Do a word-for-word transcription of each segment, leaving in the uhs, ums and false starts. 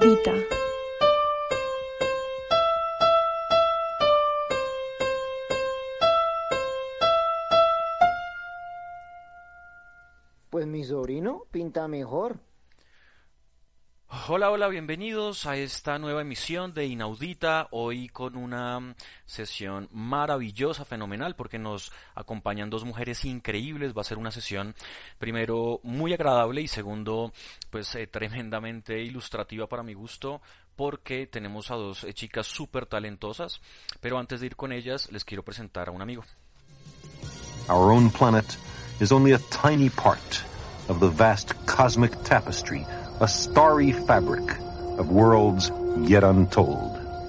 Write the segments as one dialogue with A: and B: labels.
A: Inaudita.
B: Pues mi sobrino pinta mejor.
C: Hola, hola, bienvenidos a esta nueva emisión de Inaudita, hoy con una sesión maravillosa, fenomenal, porque nos acompañan dos mujeres increíbles. Va a ser una sesión, primero, muy agradable y segundo, pues eh, tremendamente ilustrativa para mi gusto, porque tenemos a dos eh, chicas súper talentosas, pero antes de ir con ellas, les quiero presentar a un amigo.
D: Our own planet is only a tiny part of the vast cosmic tapestry, a starry fabric of worlds yet untold.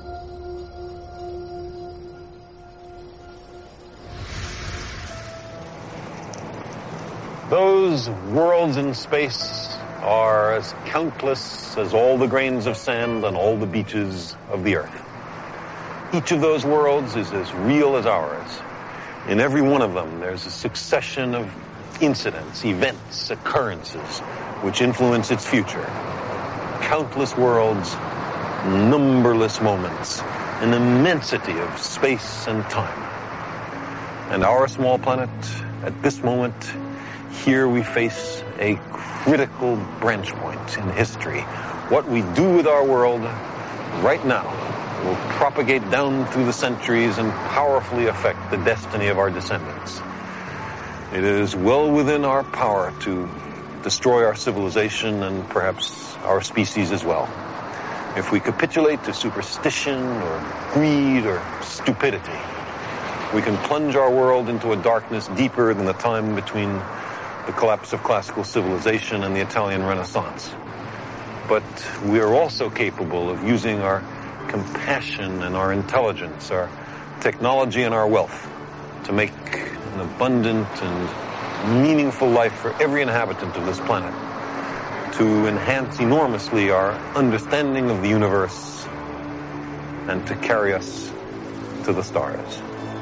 E: Those worlds in space are as countless as all the grains of sand on all the beaches of the Earth. Each of those worlds is as real as ours. In every one of them, there's a succession of incidents, events, occurrences, which influence its future. Countless worlds, numberless moments, an immensity of space and time. And our small planet, at this moment, here we face a critical branch point in history. What we do with our world right now will propagate down through the centuries and powerfully affect the destiny of our descendants. It is well within our power to destroy our civilization and perhaps our species as well. If we capitulate to superstition or greed or stupidity, we can plunge our world into a darkness deeper than the time between the collapse of classical civilization and the Italian Renaissance. But we are also capable of using our compassion and our intelligence, our technology and our wealth to make an abundant and meaningful life for every inhabitant of this planet, to enhance enormously our understanding of the universe and to carry us to the stars.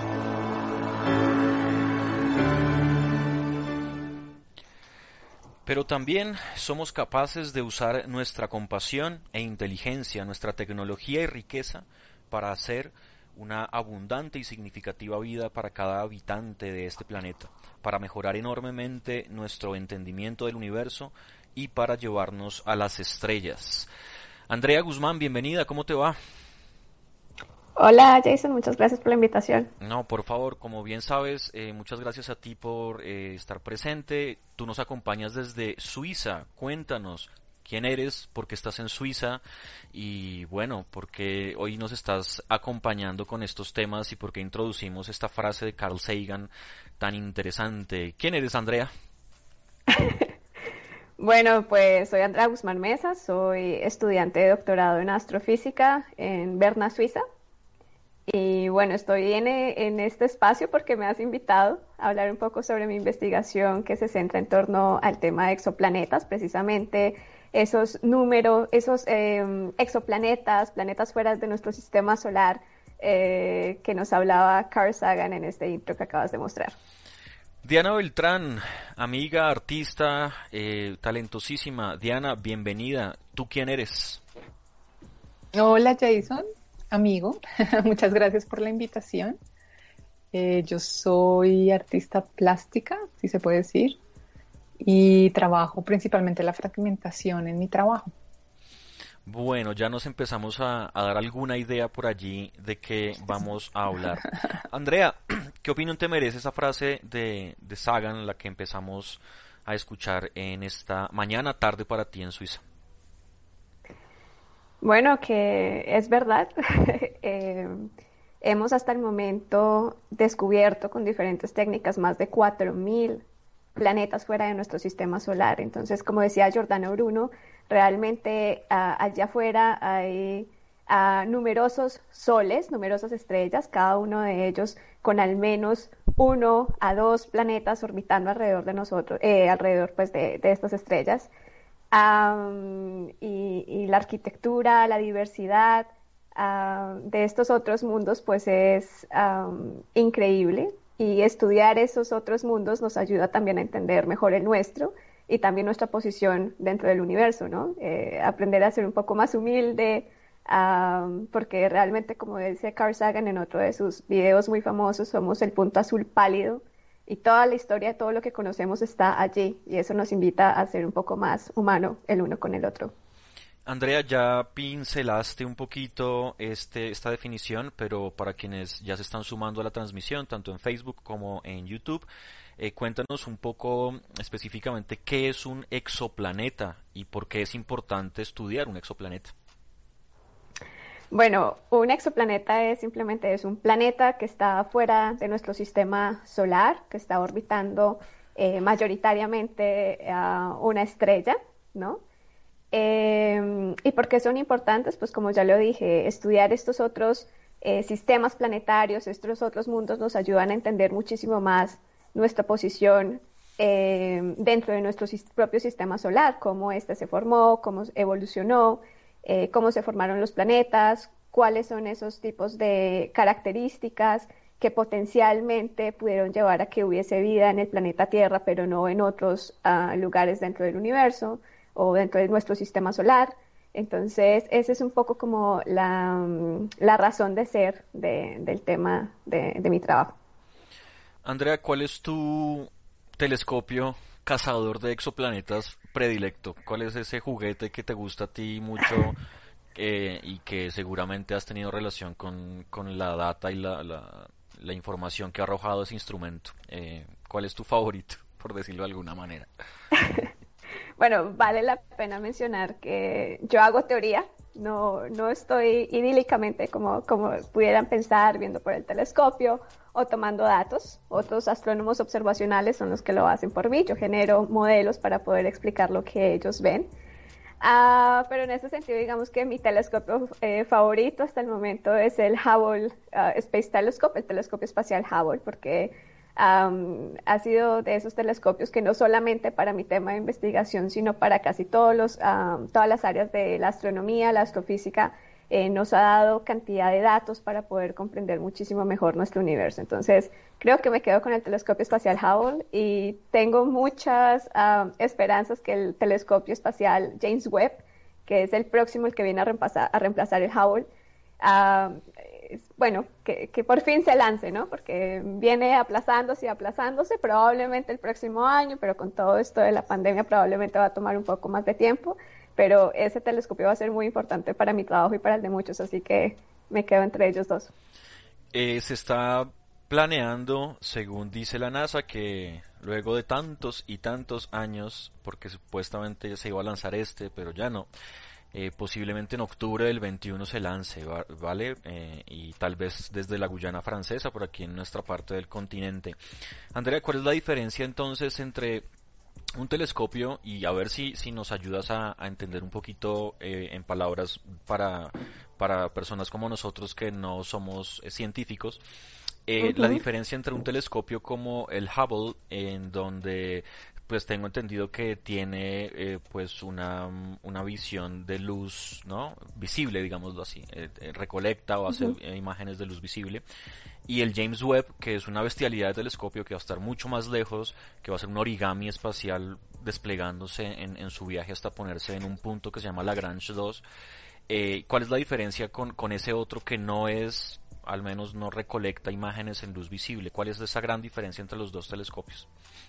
C: Pero también somos capaces de usar nuestra compasión e inteligencia, nuestra tecnología y riqueza para hacer una abundante y significativa vida para cada habitante de este planeta, para mejorar enormemente nuestro entendimiento del universo y para llevarnos a las estrellas. Andrea Guzmán, bienvenida, ¿cómo te va?
F: Hola Jason, muchas gracias por la invitación.
C: No, por favor, como bien sabes, eh, muchas gracias a ti por eh, estar presente. Tú nos acompañas desde Suiza. Cuéntanos quién eres, por qué estás en Suiza y bueno, por qué hoy nos estás acompañando con estos temas y por qué introducimos esta frase de Carl Sagan tan interesante. ¿Quién eres, Andrea?
F: Bueno, pues soy Andrea Guzmán Mesa, soy estudiante de doctorado en astrofísica en Berna, Suiza. Y bueno, estoy en, en este espacio porque me has invitado a hablar un poco sobre mi investigación que se centra en torno al tema de exoplanetas, precisamente esos números, esos eh, exoplanetas, planetas fuera de nuestro sistema solar eh, que nos hablaba Carl Sagan en este intro que acabas de mostrar.
C: Diana Beltrán, amiga, artista, eh, talentosísima. Diana, bienvenida. ¿Tú quién eres?
G: Hola Jason, amigo. Muchas gracias por la invitación. Eh, yo soy artista plástica, si se puede decir, y trabajo principalmente la fragmentación en mi trabajo.
C: Bueno, ya nos empezamos a, a dar alguna idea por allí de qué vamos a hablar. Andrea, ¿qué opinión te merece esa frase de, de Sagan, la que empezamos a escuchar en esta mañana, tarde para ti en Suiza?
F: Bueno, que es verdad. eh, hemos hasta el momento descubierto con diferentes técnicas más de cuatro mil planetas fuera de nuestro sistema solar. Entonces, como decía Giordano Bruno, realmente uh, allá afuera hay uh, numerosos soles, numerosas estrellas, cada uno de ellos con al menos uno a dos planetas orbitando alrededor de nosotros, eh, alrededor pues de, de estas estrellas. Um, y, y la arquitectura, la diversidad uh, de estos otros mundos pues es um, increíble, y estudiar esos otros mundos nos ayuda también a entender mejor el nuestro y también nuestra posición dentro del universo, ¿no? Eh, aprender a ser un poco más humilde, um, porque realmente, como dice Carl Sagan en otro de sus videos muy famosos, somos el punto azul pálido y toda la historia, todo lo que conocemos está allí, y eso nos invita a ser un poco más humano el uno con el otro.
C: Andrea, ya pincelaste un poquito este, esta definición, pero para quienes ya se están sumando a la transmisión, tanto en Facebook como en YouTube, eh, cuéntanos un poco específicamente qué es un exoplaneta y por qué es importante estudiar un exoplaneta.
F: Bueno, un exoplaneta es simplemente es un planeta que está fuera de nuestro sistema solar, que está orbitando eh, mayoritariamente a una estrella, ¿no? Eh, ¿Y por qué son importantes? Pues como ya lo dije, estudiar estos otros eh, sistemas planetarios, estos otros mundos nos ayudan a entender muchísimo más nuestra posición eh, dentro de nuestro sis- propio sistema solar, cómo este se formó, cómo evolucionó, eh, cómo se formaron los planetas, cuáles son esos tipos de características que potencialmente pudieron llevar a que hubiese vida en el planeta Tierra, pero no en otros uh, lugares dentro del universo o dentro de nuestro sistema solar. Entonces, esa es un poco como la, la razón de ser de, del tema de, de mi trabajo.
C: Andrea, ¿cuál es tu telescopio cazador de exoplanetas predilecto? ¿Cuál es ese juguete que te gusta a ti mucho eh, y que seguramente has tenido relación con, con la data y la, la, la información que ha arrojado ese instrumento? Eh, ¿cuál es tu favorito, por decirlo de alguna manera?
F: Bueno, vale la pena mencionar que yo hago teoría, no, no estoy idílicamente como, como pudieran pensar viendo por el telescopio o tomando datos. Otros astrónomos observacionales son los que lo hacen por mí. Yo genero modelos para poder explicar lo que ellos ven. Uh, pero en ese sentido, digamos que mi telescopio eh, favorito hasta el momento es el Hubble uh, Space Telescope, el telescopio espacial Hubble, porque Um, ha sido de esos telescopios que no solamente para mi tema de investigación, sino para casi todos los, um, todas las áreas de la astronomía, la astrofísica, eh, nos ha dado cantidad de datos para poder comprender muchísimo mejor nuestro universo. Entonces, creo que me quedo con el telescopio espacial Hubble y tengo muchas um, esperanzas que el telescopio espacial James Webb, que es el próximo, el que viene a reemplazar, a reemplazar el Hubble, um, bueno, que, que por fin se lance, ¿no? Porque viene aplazándose y aplazándose, probablemente el próximo año, pero con todo esto de la pandemia probablemente va a tomar un poco más de tiempo, pero ese telescopio va a ser muy importante para mi trabajo y para el de muchos, así que me quedo entre ellos dos.
C: Eh, se está planeando, según dice la NASA, que luego de tantos y tantos años, porque supuestamente se iba a lanzar este, pero ya no, Eh, posiblemente en octubre del veintiuno se lance, ¿vale? Eh, y tal vez desde la Guyana Francesa, por aquí en nuestra parte del continente. Andrea, ¿cuál es la diferencia entonces entre un telescopio y a ver si, si nos ayudas a, a entender un poquito eh, en palabras para, para personas como nosotros que no somos eh, científicos? Eh, uh-huh. La diferencia entre un telescopio como el Hubble, en donde pues tengo entendido que tiene eh, pues una, una visión de luz, ¿no? Visible, digámoslo así, eh, eh, recolecta o hace uh-huh. eh, imágenes de luz visible, y el James Webb, que es una bestialidad de telescopio que va a estar mucho más lejos, que va a ser un origami espacial desplegándose en, en su viaje hasta ponerse en un punto que se llama Lagrange dos. Eh, ¿cuál es la diferencia con, con ese otro que no es, al menos no recolecta imágenes en luz visible? ¿Cuál es esa gran diferencia entre los dos telescopios?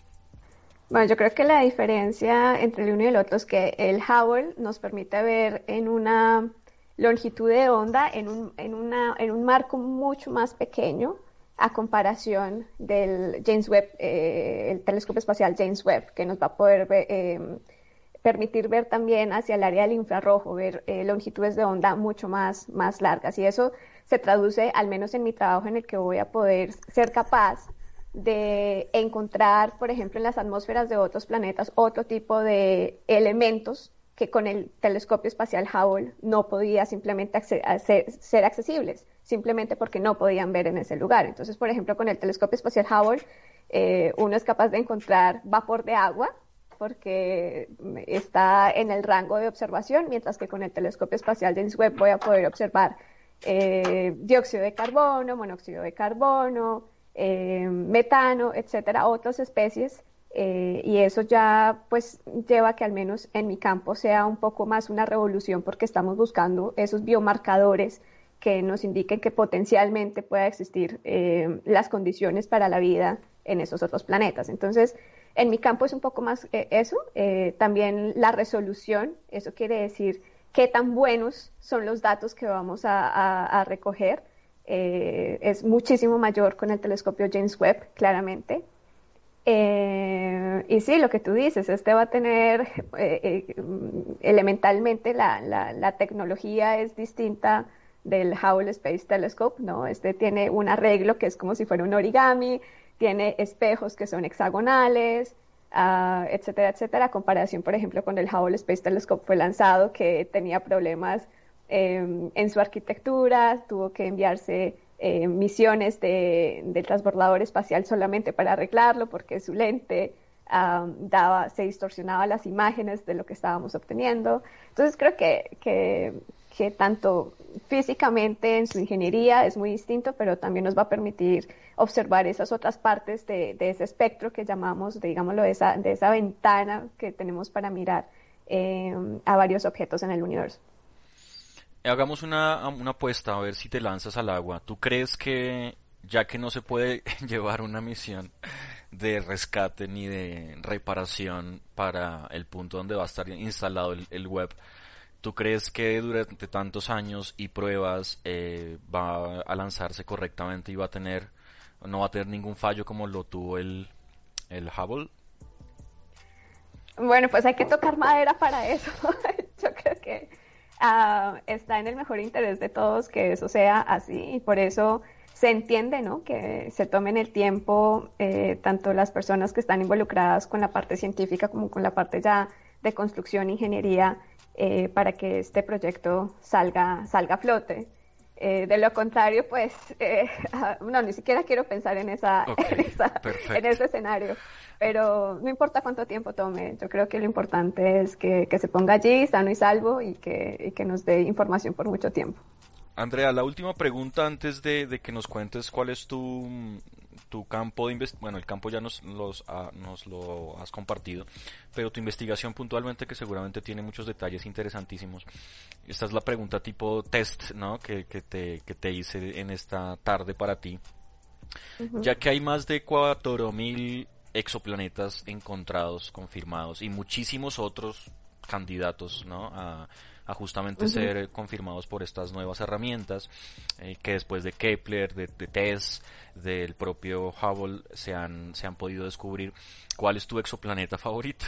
F: Bueno, yo creo que la diferencia entre el uno y el otro es que el Hubble nos permite ver en una longitud de onda, en un, en una, en un marco mucho más pequeño a comparación del James Webb, eh, el telescopio espacial James Webb, que nos va a poder ver, eh, permitir ver también hacia el área del infrarrojo, ver eh, longitudes de onda mucho más, más largas. Y eso se traduce, al menos en mi trabajo, en el que voy a poder ser capaz de encontrar, por ejemplo, en las atmósferas de otros planetas, otro tipo de elementos que con el telescopio espacial Hubble no podía simplemente acce- ser accesibles, simplemente porque no podían ver en ese lugar. Entonces, por ejemplo, con el telescopio espacial Hubble, eh, uno es capaz de encontrar vapor de agua, porque está en el rango de observación, mientras que con el telescopio espacial James Webb voy a poder observar eh, dióxido de carbono, monóxido de carbono, Eh, metano, etcétera, otras especies Eh, y eso ya pues lleva a que al menos en mi campo sea un poco más una revolución porque estamos buscando esos biomarcadores que nos indiquen que potencialmente pueda existir eh, las condiciones para la vida en esos otros planetas. Entonces, en mi campo es un poco más eh, eso, eh, también la resolución, eso quiere decir qué tan buenos son los datos que vamos a, a, a recoger, eh, es muchísimo mayor con el telescopio James Webb, claramente. Eh, y sí, lo que tú dices, este va a tener, eh, eh, elementalmente la, la, la tecnología es distinta del Hubble Space Telescope, ¿no? Este tiene un arreglo que es como si fuera un origami, tiene espejos que son hexagonales, uh, etcétera, etcétera, a comparación, por ejemplo, con el Hubble Space Telescope fue lanzado que tenía problemas eh, en su arquitectura, tuvo que enviarse Eh, misiones de, de transbordador espacial solamente para arreglarlo porque su lente um, daba, se distorsionaba las imágenes de lo que estábamos obteniendo. Entonces creo que, que, que tanto físicamente en su ingeniería es muy distinto, pero también nos va a permitir observar esas otras partes de, de ese espectro que llamamos, de, digámoslo, de esa, de esa ventana que tenemos para mirar eh, a varios objetos en el universo.
C: Hagamos una, una apuesta a ver si te lanzas al agua. ¿Tú crees que, ya que no se puede llevar una misión de rescate ni de reparación para el punto donde va a estar instalado el, el web, ¿tú crees que durante tantos años y pruebas eh, va a lanzarse correctamente y va a tener, no va a tener ningún fallo como lo tuvo el, el Hubble?
F: Bueno, pues hay que tocar madera para eso. Yo creo que Uh, está en el mejor interés de todos que eso sea así y por eso se entiende, ¿no? Que se tomen el tiempo eh, tanto las personas que están involucradas con la parte científica como con la parte ya de construcción, ingeniería, eh, para que este proyecto salga, salga a flote. Eh, de lo contrario, pues, eh, no, ni siquiera quiero pensar en, esa,
C: okay,
F: en, esa, en ese escenario. Pero no importa cuánto tiempo tome, yo creo que lo importante es que, que se ponga allí sano y salvo y que, y que nos dé información por mucho tiempo.
C: Andrea, la última pregunta antes de, de que nos cuentes cuál es tu, tu campo de investigación. Bueno, el campo ya nos, los, ah, nos lo has compartido, pero tu investigación puntualmente, que seguramente tiene muchos detalles interesantísimos. Esta es la pregunta tipo test, ¿no? Que, que, te, que te hice en esta tarde para ti. Uh-huh. Ya que hay más de cuatro mil exoplanetas encontrados, confirmados, y muchísimos otros candidatos, ¿no? A, a justamente uh-huh. ser confirmados por estas nuevas herramientas eh, que después de Kepler, de, de TESS, del propio Hubble se han, se han podido descubrir. ¿Cuál es tu exoplaneta favorito?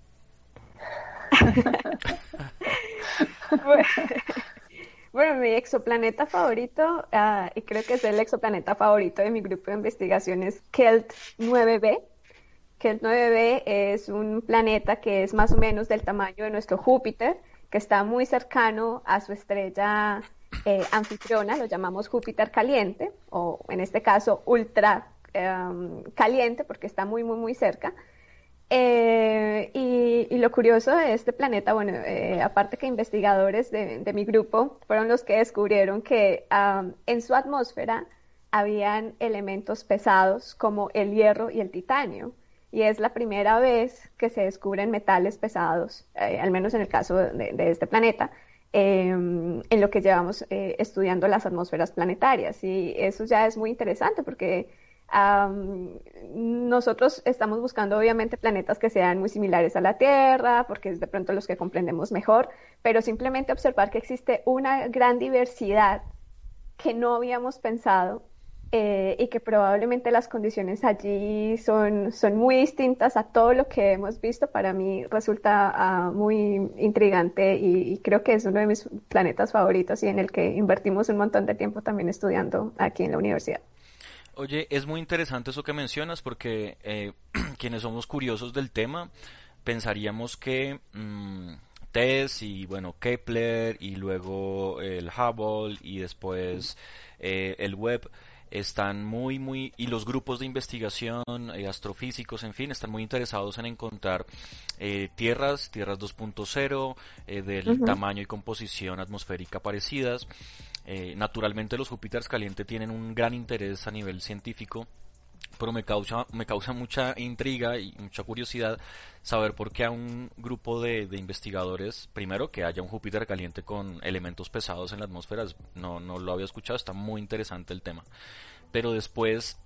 F: Bueno, mi exoplaneta favorito, uh, y creo que es el exoplaneta favorito de mi grupo de investigación, es Kelt nueve b. Kelt nueve b es un planeta que es más o menos del tamaño de nuestro Júpiter, que está muy cercano a su estrella eh, anfitriona, lo llamamos Júpiter caliente, o en este caso ultra um, caliente, porque está muy, muy, muy cerca. Eh, y, y lo curioso de este planeta, bueno, eh, aparte que investigadores de, de mi grupo fueron los que descubrieron que um, en su atmósfera habían elementos pesados como el hierro y el titanio. Y es la primera vez que se descubren metales pesados, eh, al menos en el caso de, de este planeta, eh, en lo que llevamos eh, estudiando las atmósferas planetarias. Y eso ya es muy interesante porque um, nosotros estamos buscando obviamente planetas que sean muy similares a la Tierra, porque es de pronto los que comprendemos mejor, pero simplemente observar que existe una gran diversidad que no habíamos pensado. Eh, y que probablemente las condiciones allí son, son muy distintas a todo lo que hemos visto, para mí resulta uh, muy intrigante y, y creo que es uno de mis planetas favoritos y en el que invertimos un montón de tiempo también estudiando aquí en la universidad.
C: Oye, es muy interesante eso que mencionas porque eh, quienes somos curiosos del tema pensaríamos que mmm, TESS y bueno Kepler y luego el Hubble y después eh, el Webb están muy, muy, y los grupos de investigación, eh, astrofísicos, en fin, están muy interesados en encontrar eh, tierras, tierras dos punto cero, eh, del uh-huh. tamaño y composición atmosférica parecidas. Eh, naturalmente los Júpiteres calientes tienen un gran interés a nivel científico pero me causa, me causa mucha intriga y mucha curiosidad saber por qué a un grupo de, de investigadores, primero que haya un Júpiter caliente con elementos pesados en la atmósfera, no, no lo había escuchado, está muy interesante el tema, pero después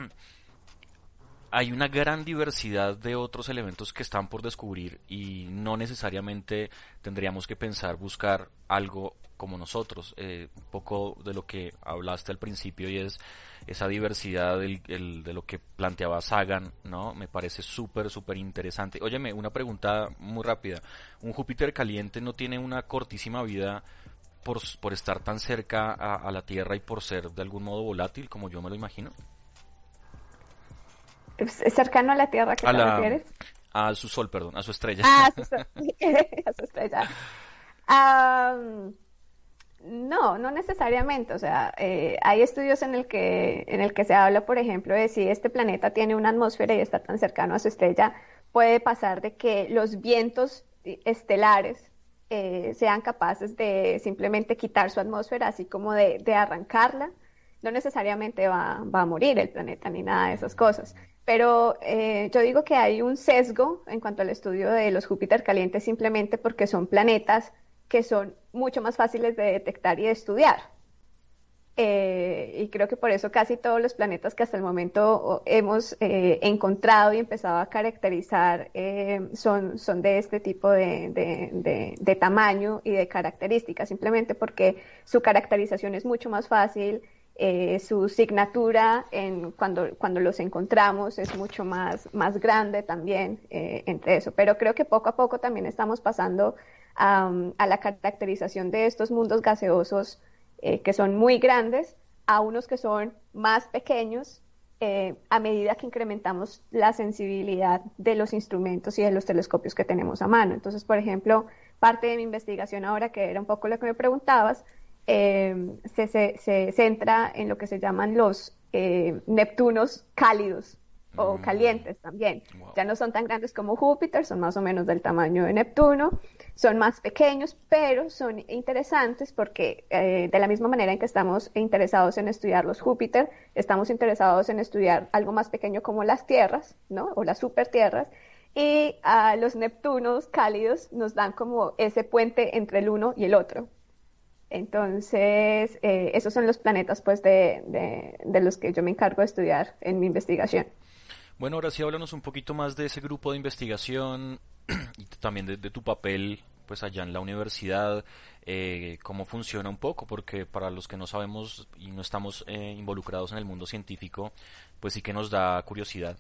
C: hay una gran diversidad de otros elementos que están por descubrir y no necesariamente tendríamos que pensar buscar algo como nosotros, eh, un poco de lo que hablaste al principio y es esa diversidad del, el, de lo que planteaba Sagan, ¿no? Me parece súper, súper interesante. Óyeme, una pregunta muy rápida. ¿Un Júpiter caliente no tiene una cortísima vida por, por estar tan cerca a, a la Tierra y por ser de algún modo volátil, como yo me lo imagino?
F: ¿Cercano a la Tierra, qué
C: a
F: te
C: la,
F: refieres?
C: A su Sol, perdón, a su estrella.
F: Ah, a su, sol. A su estrella. Um, no, no necesariamente. O sea, eh, hay estudios en el que en el que se habla, por ejemplo, de si este planeta tiene una atmósfera y está tan cercano a su estrella, puede pasar de que los vientos estelares eh, sean capaces de simplemente quitar su atmósfera, así como de, de arrancarla. No necesariamente va, va a morir el planeta ni nada de esas cosas. Pero eh, yo digo que hay un sesgo en cuanto al estudio de los Júpiter calientes simplemente porque son planetas que son mucho más fáciles de detectar y de estudiar. Eh, y creo que por eso casi todos los planetas que hasta el momento hemos eh, encontrado y empezado a caracterizar eh, son, son de este tipo de, de, de, de tamaño y de características, simplemente porque su caracterización es mucho más fácil. Eh, su signatura en, cuando, cuando los encontramos es mucho más, más grande también eh, entre eso, pero creo que poco a poco también estamos pasando um, a la caracterización de estos mundos gaseosos eh, que son muy grandes a unos que son más pequeños eh, a medida que incrementamos la sensibilidad de los instrumentos y de los telescopios que tenemos a mano. Entonces, por ejemplo, parte de mi investigación ahora, que era un poco lo que me preguntabas, Eh, se, se, se centra en lo que se llaman los eh, Neptunos cálidos o calientes también. Wow. Ya no son tan grandes como Júpiter, son más o menos del tamaño de Neptuno, son más pequeños, pero son interesantes porque eh, de la misma manera en que estamos interesados en estudiar los Júpiter, estamos interesados en estudiar algo más pequeño como las tierras, ¿no? O las supertierras, y a uh, los Neptunos cálidos nos dan como ese puente entre el uno y el otro. Entonces, eh, esos son los planetas pues de, de, de los que yo me encargo de estudiar en mi investigación.
C: Bueno, ahora sí háblanos un poquito más de ese grupo de investigación y también de, de tu papel pues allá en la universidad, eh, cómo funciona un poco, porque para los que no sabemos y no estamos eh, involucrados en el mundo científico, pues sí que nos da curiosidad.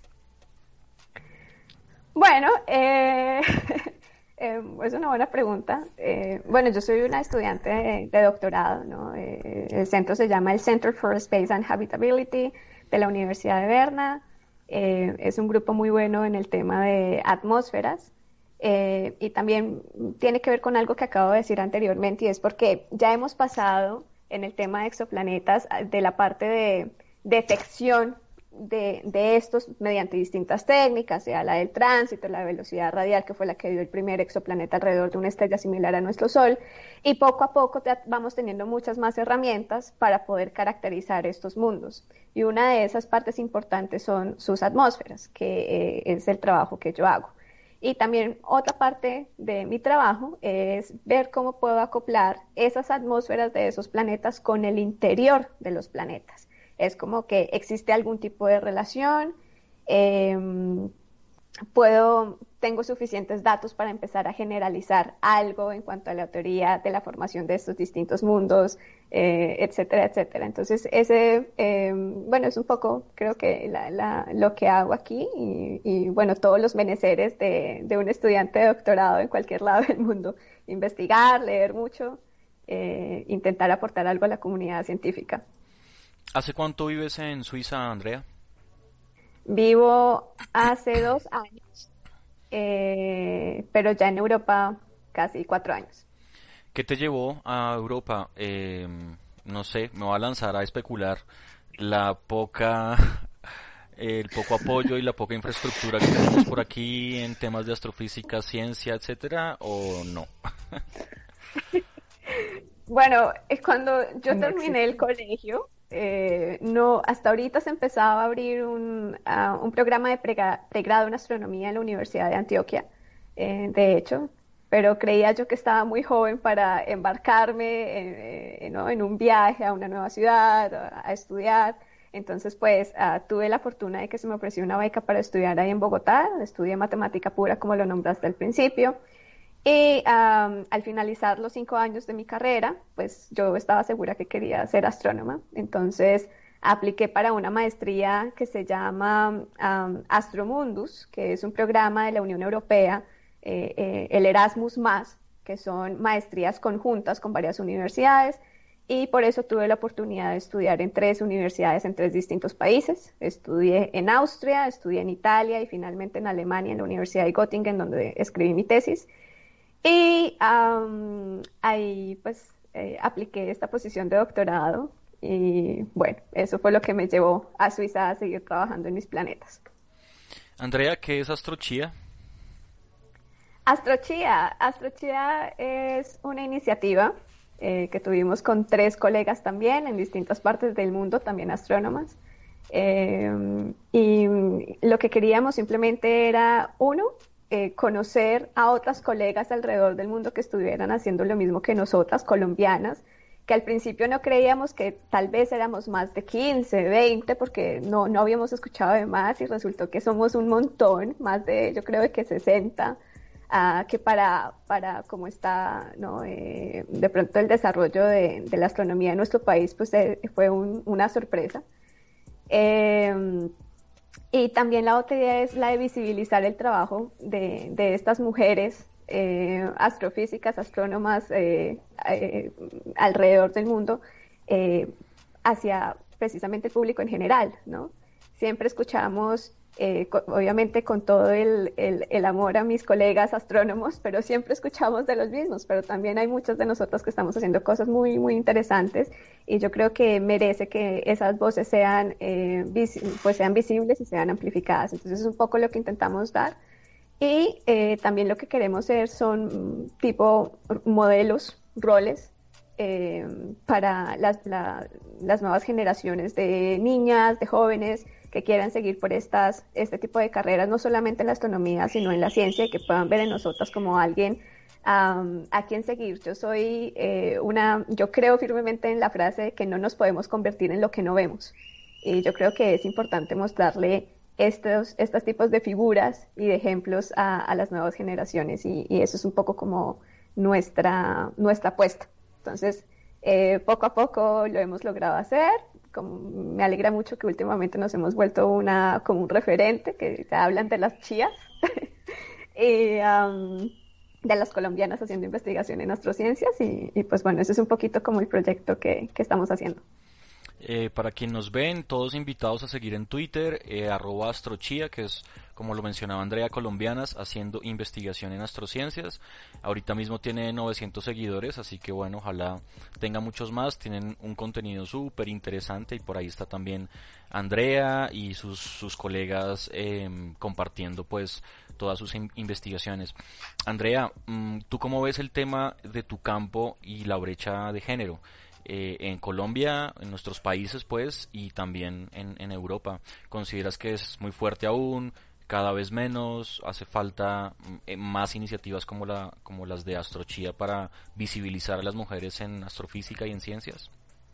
F: Bueno, eh... Eh, es una buena pregunta. Eh, bueno, yo soy una estudiante de, de doctorado, ¿no? Eh, el centro se llama el Center for Space and Habitability de la Universidad de Berna. Eh, es un grupo muy bueno en el tema de atmósferas eh, y también tiene que ver con algo que acabo de decir anteriormente, y es porque ya hemos pasado en el tema de exoplanetas de la parte de detección De, de estos mediante distintas técnicas, sea la del tránsito, la velocidad radial, que fue la que dio el primer exoplaneta alrededor de una estrella similar a nuestro Sol, y poco a poco te, vamos teniendo muchas más herramientas para poder caracterizar estos mundos. Y una de esas partes importantes son sus atmósferas, que eh, es el trabajo que yo hago. Y también otra parte de mi trabajo es ver cómo puedo acoplar esas atmósferas de esos planetas con el interior de los planetas. Es como que existe algún tipo de relación, eh, puedo, tengo suficientes datos para empezar a generalizar algo en cuanto a la teoría de la formación de estos distintos mundos, eh, etcétera, etcétera. Entonces, ese, eh, bueno, es un poco, creo que la, la, lo que hago aquí y, y, bueno, todos los menesteres de, de un estudiante de doctorado en cualquier lado del mundo. Investigar, leer mucho, eh, intentar aportar algo a la comunidad científica.
C: ¿Hace cuánto vives en Suiza, Andrea?
F: Vivo hace dos años, eh, pero ya en Europa casi cuatro años.
C: ¿Qué te llevó a Europa? Eh, no sé, me voy a lanzar a especular la poca, el poco apoyo y la poca infraestructura que tenemos por aquí en temas de astrofísica, ciencia, etcétera, ¿o no?
F: Bueno, cuando yo terminé el colegio, Eh, no, hasta ahorita se empezaba a abrir un, uh, un programa de prega- pregrado en astronomía en la Universidad de Antioquia, eh, de hecho, pero creía yo que estaba muy joven para embarcarme en, eh, ¿no? en un viaje a una nueva ciudad, a, a estudiar. Entonces, pues uh, tuve la fortuna de que se me ofreció una beca para estudiar ahí en Bogotá, estudié matemática pura, como lo nombraste al principio. Y um, al finalizar los cinco años de mi carrera, pues yo estaba segura que quería ser astrónoma. Entonces apliqué para una maestría que se llama um, Astromundus, que es un programa de la Unión Europea, eh, eh, el Erasmus más, que son maestrías conjuntas con varias universidades. Y por eso tuve la oportunidad de estudiar en tres universidades en tres distintos países. Estudié en Austria, estudié en Italia y finalmente en Alemania, en la Universidad de Göttingen, donde escribí mi tesis. Y um, ahí pues eh, apliqué esta posición de doctorado y bueno, eso fue lo que me llevó a Suiza a seguir trabajando en mis planetas.
C: Andrea, ¿qué es Astrochía?
F: Astrochía. Astrochía es una iniciativa eh, que tuvimos con tres colegas también en distintas partes del mundo, también astrónomas. Eh, y lo que queríamos simplemente era, uno, Eh, conocer a otras colegas alrededor del mundo que estuvieran haciendo lo mismo que nosotras, colombianas, que al principio no creíamos que tal vez éramos más de quince, veinte, porque no, no habíamos escuchado de más y resultó que somos un montón, más de yo creo que sesenta, uh, que para, para cómo está, ¿no? eh, de pronto el desarrollo de, de la astronomía en nuestro país pues eh, fue un, una sorpresa. Eh, Y también la otra idea es la de visibilizar el trabajo de, de estas mujeres eh, astrofísicas, astrónomas eh, eh, alrededor del mundo eh, hacia precisamente el público en general, ¿no? Siempre escuchamos, eh, co- obviamente con todo el, el, el amor a mis colegas astrónomos, pero siempre escuchamos de los mismos, pero también hay muchas de nosotros que estamos haciendo cosas muy, muy interesantes y yo creo que merece que esas voces sean, eh, vis- pues sean visibles y sean amplificadas. Entonces es un poco lo que intentamos dar. Y eh, también lo que queremos ser son mm, tipo modelos, roles eh, para las, la- las nuevas generaciones de niñas, de jóvenes que quieran seguir por estas, este tipo de carreras, no solamente en la astronomía, sino en la ciencia, y que puedan ver en nosotras como alguien um, a quien seguir. Yo soy eh, una, yo creo firmemente en la frase de que no nos podemos convertir en lo que no vemos. Y yo creo que es importante mostrarle estos, estos tipos de figuras y de ejemplos a, a las nuevas generaciones, y, y eso es un poco como nuestra, nuestra apuesta. Entonces, eh, poco a poco lo hemos logrado hacer. Como, me alegra mucho que últimamente nos hemos vuelto una, como un referente, que te hablan de las chías y um, de las colombianas haciendo investigación en astrociencias y, y pues bueno, ese es un poquito como el proyecto que, que estamos haciendo.
C: Eh, para quien nos ven, todos invitados a seguir en Twitter, eh, arroba astrochía, que es, como lo mencionaba Andrea, colombianas haciendo investigación en astrociencias. Ahorita mismo tiene novecientos seguidores, así que bueno, ojalá tenga muchos más. Tienen un contenido súper interesante y por ahí está también Andrea y sus, sus colegas eh, compartiendo pues todas sus in- investigaciones. Andrea, mm, ¿tú cómo ves el tema de tu campo y la brecha de género? Eh, en Colombia, en nuestros países pues, y también en, en Europa. ¿Consideras que es muy fuerte aún, cada vez menos, hace falta eh, más iniciativas como la como las de Astrochía para visibilizar a las mujeres en astrofísica y en ciencias?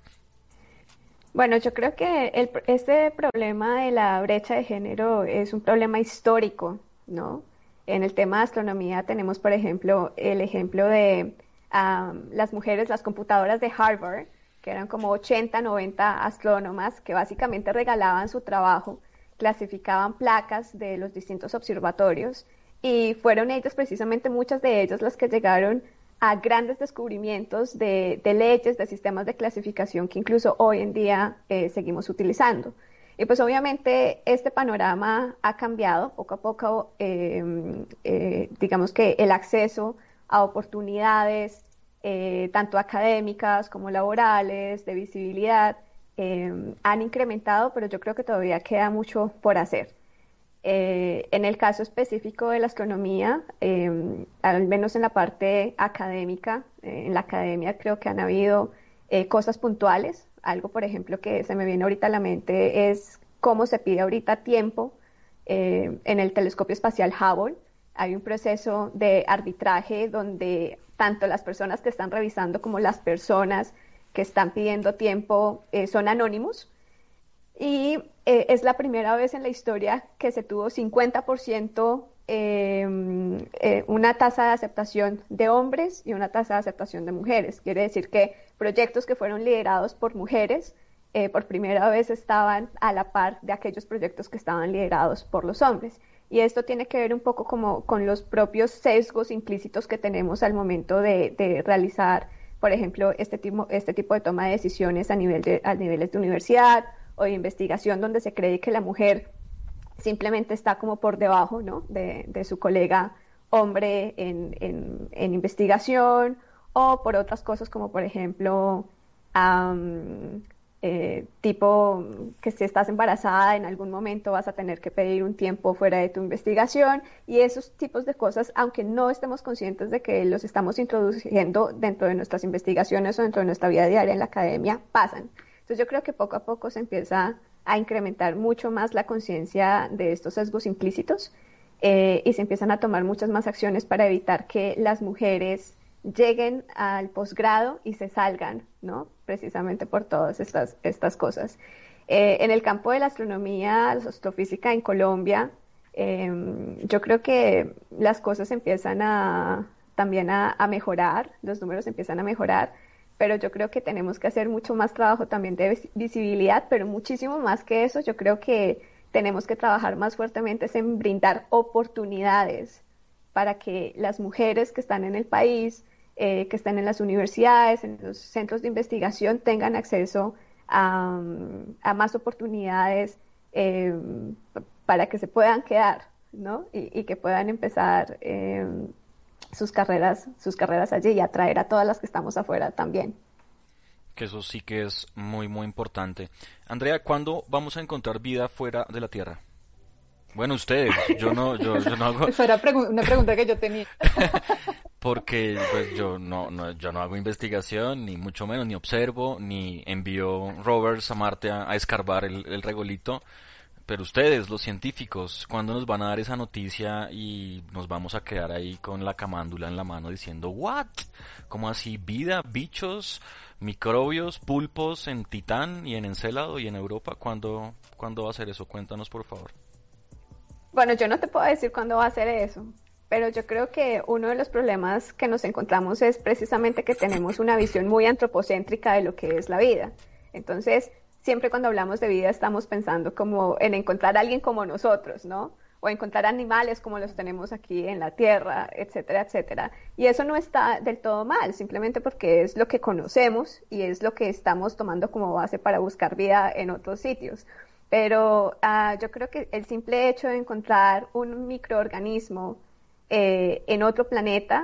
F: Bueno, yo creo que el, este problema de la brecha de género es un problema histórico, ¿no? En el tema de astronomía tenemos, por ejemplo, el ejemplo de um, las mujeres, las computadoras de Harvard, que eran como ochenta, noventa astrónomas que básicamente regalaban su trabajo, clasificaban placas de los distintos observatorios y fueron ellas, precisamente muchas de ellas, las que llegaron a grandes descubrimientos de, de leyes, de sistemas de clasificación que incluso hoy en día eh, seguimos utilizando. Y pues obviamente este panorama ha cambiado poco a poco, eh, eh, digamos que el acceso a oportunidades, eh, tanto académicas como laborales, de visibilidad, eh, han incrementado, pero yo creo que todavía queda mucho por hacer. Eh, en el caso específico de la astronomía, eh, al menos en la parte académica, eh, en la academia creo que han habido eh, cosas puntuales. Algo, por ejemplo, que se me viene ahorita a la mente es cómo se pide ahorita tiempo eh, en el telescopio espacial Hubble. Hay un proceso de arbitraje donde tanto las personas que están revisando como las personas que están pidiendo tiempo eh, son anónimos. Y eh, es la primera vez en la historia que se tuvo cincuenta por ciento eh, eh, una tasa de aceptación de hombres y una tasa de aceptación de mujeres. Quiere decir que proyectos que fueron liderados por mujeres eh, por primera vez estaban a la par de aquellos proyectos que estaban liderados por los hombres. Y esto tiene que ver un poco como con los propios sesgos implícitos que tenemos al momento de, de realizar, por ejemplo, este tipo, este tipo de toma de decisiones a, nivel de, a niveles de universidad o de investigación, donde se cree que la mujer simplemente está como por debajo, ¿no?, de, de su colega hombre en, en, en investigación, o por otras cosas como, por ejemplo, um, eh, tipo que si estás embarazada en algún momento vas a tener que pedir un tiempo fuera de tu investigación, y esos tipos de cosas, aunque no estemos conscientes de que los estamos introduciendo dentro de nuestras investigaciones o dentro de nuestra vida diaria en la academia, pasan. Entonces yo creo que poco a poco se empieza a incrementar mucho más la conciencia de estos sesgos implícitos eh, y se empiezan a tomar muchas más acciones para evitar que las mujeres lleguen al posgrado y se salgan, ¿no?, precisamente por todas estas, estas cosas. Eh, en el campo de la astronomía, la astrofísica en Colombia, eh, yo creo que las cosas empiezan a, también a, a mejorar, los números empiezan a mejorar, pero yo creo que tenemos que hacer mucho más trabajo también de visibilidad, pero muchísimo más que eso, yo creo que tenemos que trabajar más fuertemente en brindar oportunidades para que las mujeres que están en el país, eh, que están en las universidades, en los centros de investigación, tengan acceso a, a más oportunidades eh, para que se puedan quedar, ¿no?, y, y que puedan empezar eh, sus carreras, sus carreras allí y atraer a todas las que estamos afuera también.
C: Que eso sí que es muy, muy importante. Andrea, ¿cuándo vamos a encontrar vida fuera de la Tierra? Bueno, ustedes, yo no, yo, yo no hago...
G: Esa era pregu- una pregunta que yo tenía.
C: Porque pues yo no, no, yo no hago investigación, ni mucho menos, ni observo, ni envío rovers a Marte a, a escarbar el, el regolito. Pero ustedes, los científicos, ¿cuándo nos van a dar esa noticia y nos vamos a quedar ahí con la camándula en la mano diciendo ¿what? ¿Cómo así? ¿Vida? ¿Bichos? ¿Microbios? ¿Pulpos en Titán y en Encélado y en Europa? ¿Cuándo, ¿cuándo va a ser eso? Cuéntanos, por favor.
F: Bueno, yo no te puedo decir cuándo va a ser eso, pero yo creo que uno de los problemas que nos encontramos es precisamente que tenemos una visión muy antropocéntrica de lo que es la vida. Entonces, siempre cuando hablamos de vida estamos pensando como en encontrar a alguien como nosotros, ¿no? O encontrar animales como los tenemos aquí en la Tierra, etcétera, etcétera. Y eso no está del todo mal, simplemente porque es lo que conocemos y es lo que estamos tomando como base para buscar vida en otros sitios. Pero uh, yo creo que el simple hecho de encontrar un microorganismo eh, en otro planeta,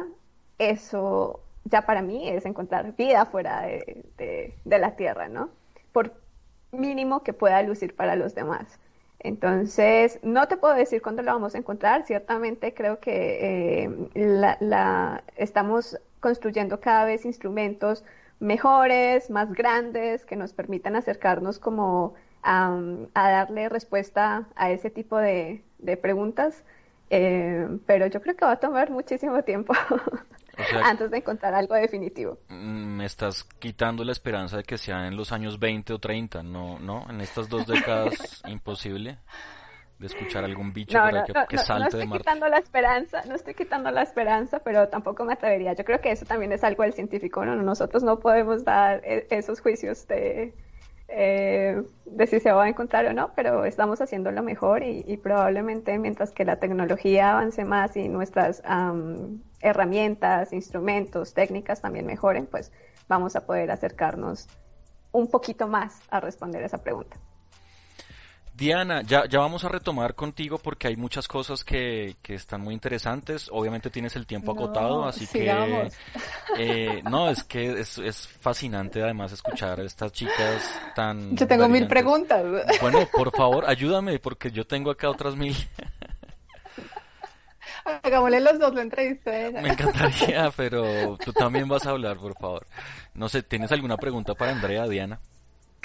F: eso ya para mí es encontrar vida fuera de, de, de la Tierra, ¿no? Por mínimo que pueda lucir para los demás. Entonces, no te puedo decir cuándo lo vamos a encontrar. Ciertamente creo que eh, la, la, estamos construyendo cada vez instrumentos mejores, más grandes, que nos permitan acercarnos como a, a darle respuesta a ese tipo de, de preguntas. Eh, pero yo creo que va a tomar muchísimo tiempo. O sea, antes de encontrar algo definitivo.
C: Me estás quitando la esperanza de que sea en los años veinte o treinta, ¿no? ¿No? En estas dos décadas, imposible de escuchar algún bicho
F: no,
C: por ahí
F: no,
C: que,
F: no,
C: que
F: no,
C: salte
F: no estoy
C: de Marte.
F: quitando la esperanza, no estoy quitando la esperanza, pero tampoco me atrevería. Yo creo que eso también es algo del científico, ¿no? Nosotros no podemos dar esos juicios de, eh, de si se va a encontrar o no, pero estamos haciendo lo mejor y, y probablemente mientras que la tecnología avance más y nuestras um, herramientas, instrumentos, técnicas también mejoren, pues vamos a poder acercarnos un poquito más a responder esa pregunta.
C: Diana, ya, ya vamos a retomar contigo porque hay muchas cosas que, que están muy interesantes. Obviamente tienes el tiempo
G: no,
C: acotado, así
G: sigamos.
C: que... Eh, no, es que es, es fascinante además escuchar a estas chicas tan...
G: Yo tengo mil
C: brillantes.
G: preguntas.
C: Bueno, por favor, ayúdame porque yo tengo acá otras mil.
G: Hagámosle los dos la entrevista. ¿eh?
C: Me encantaría, pero tú también vas a hablar, por favor. No sé, ¿tienes alguna pregunta para Andrea, Diana?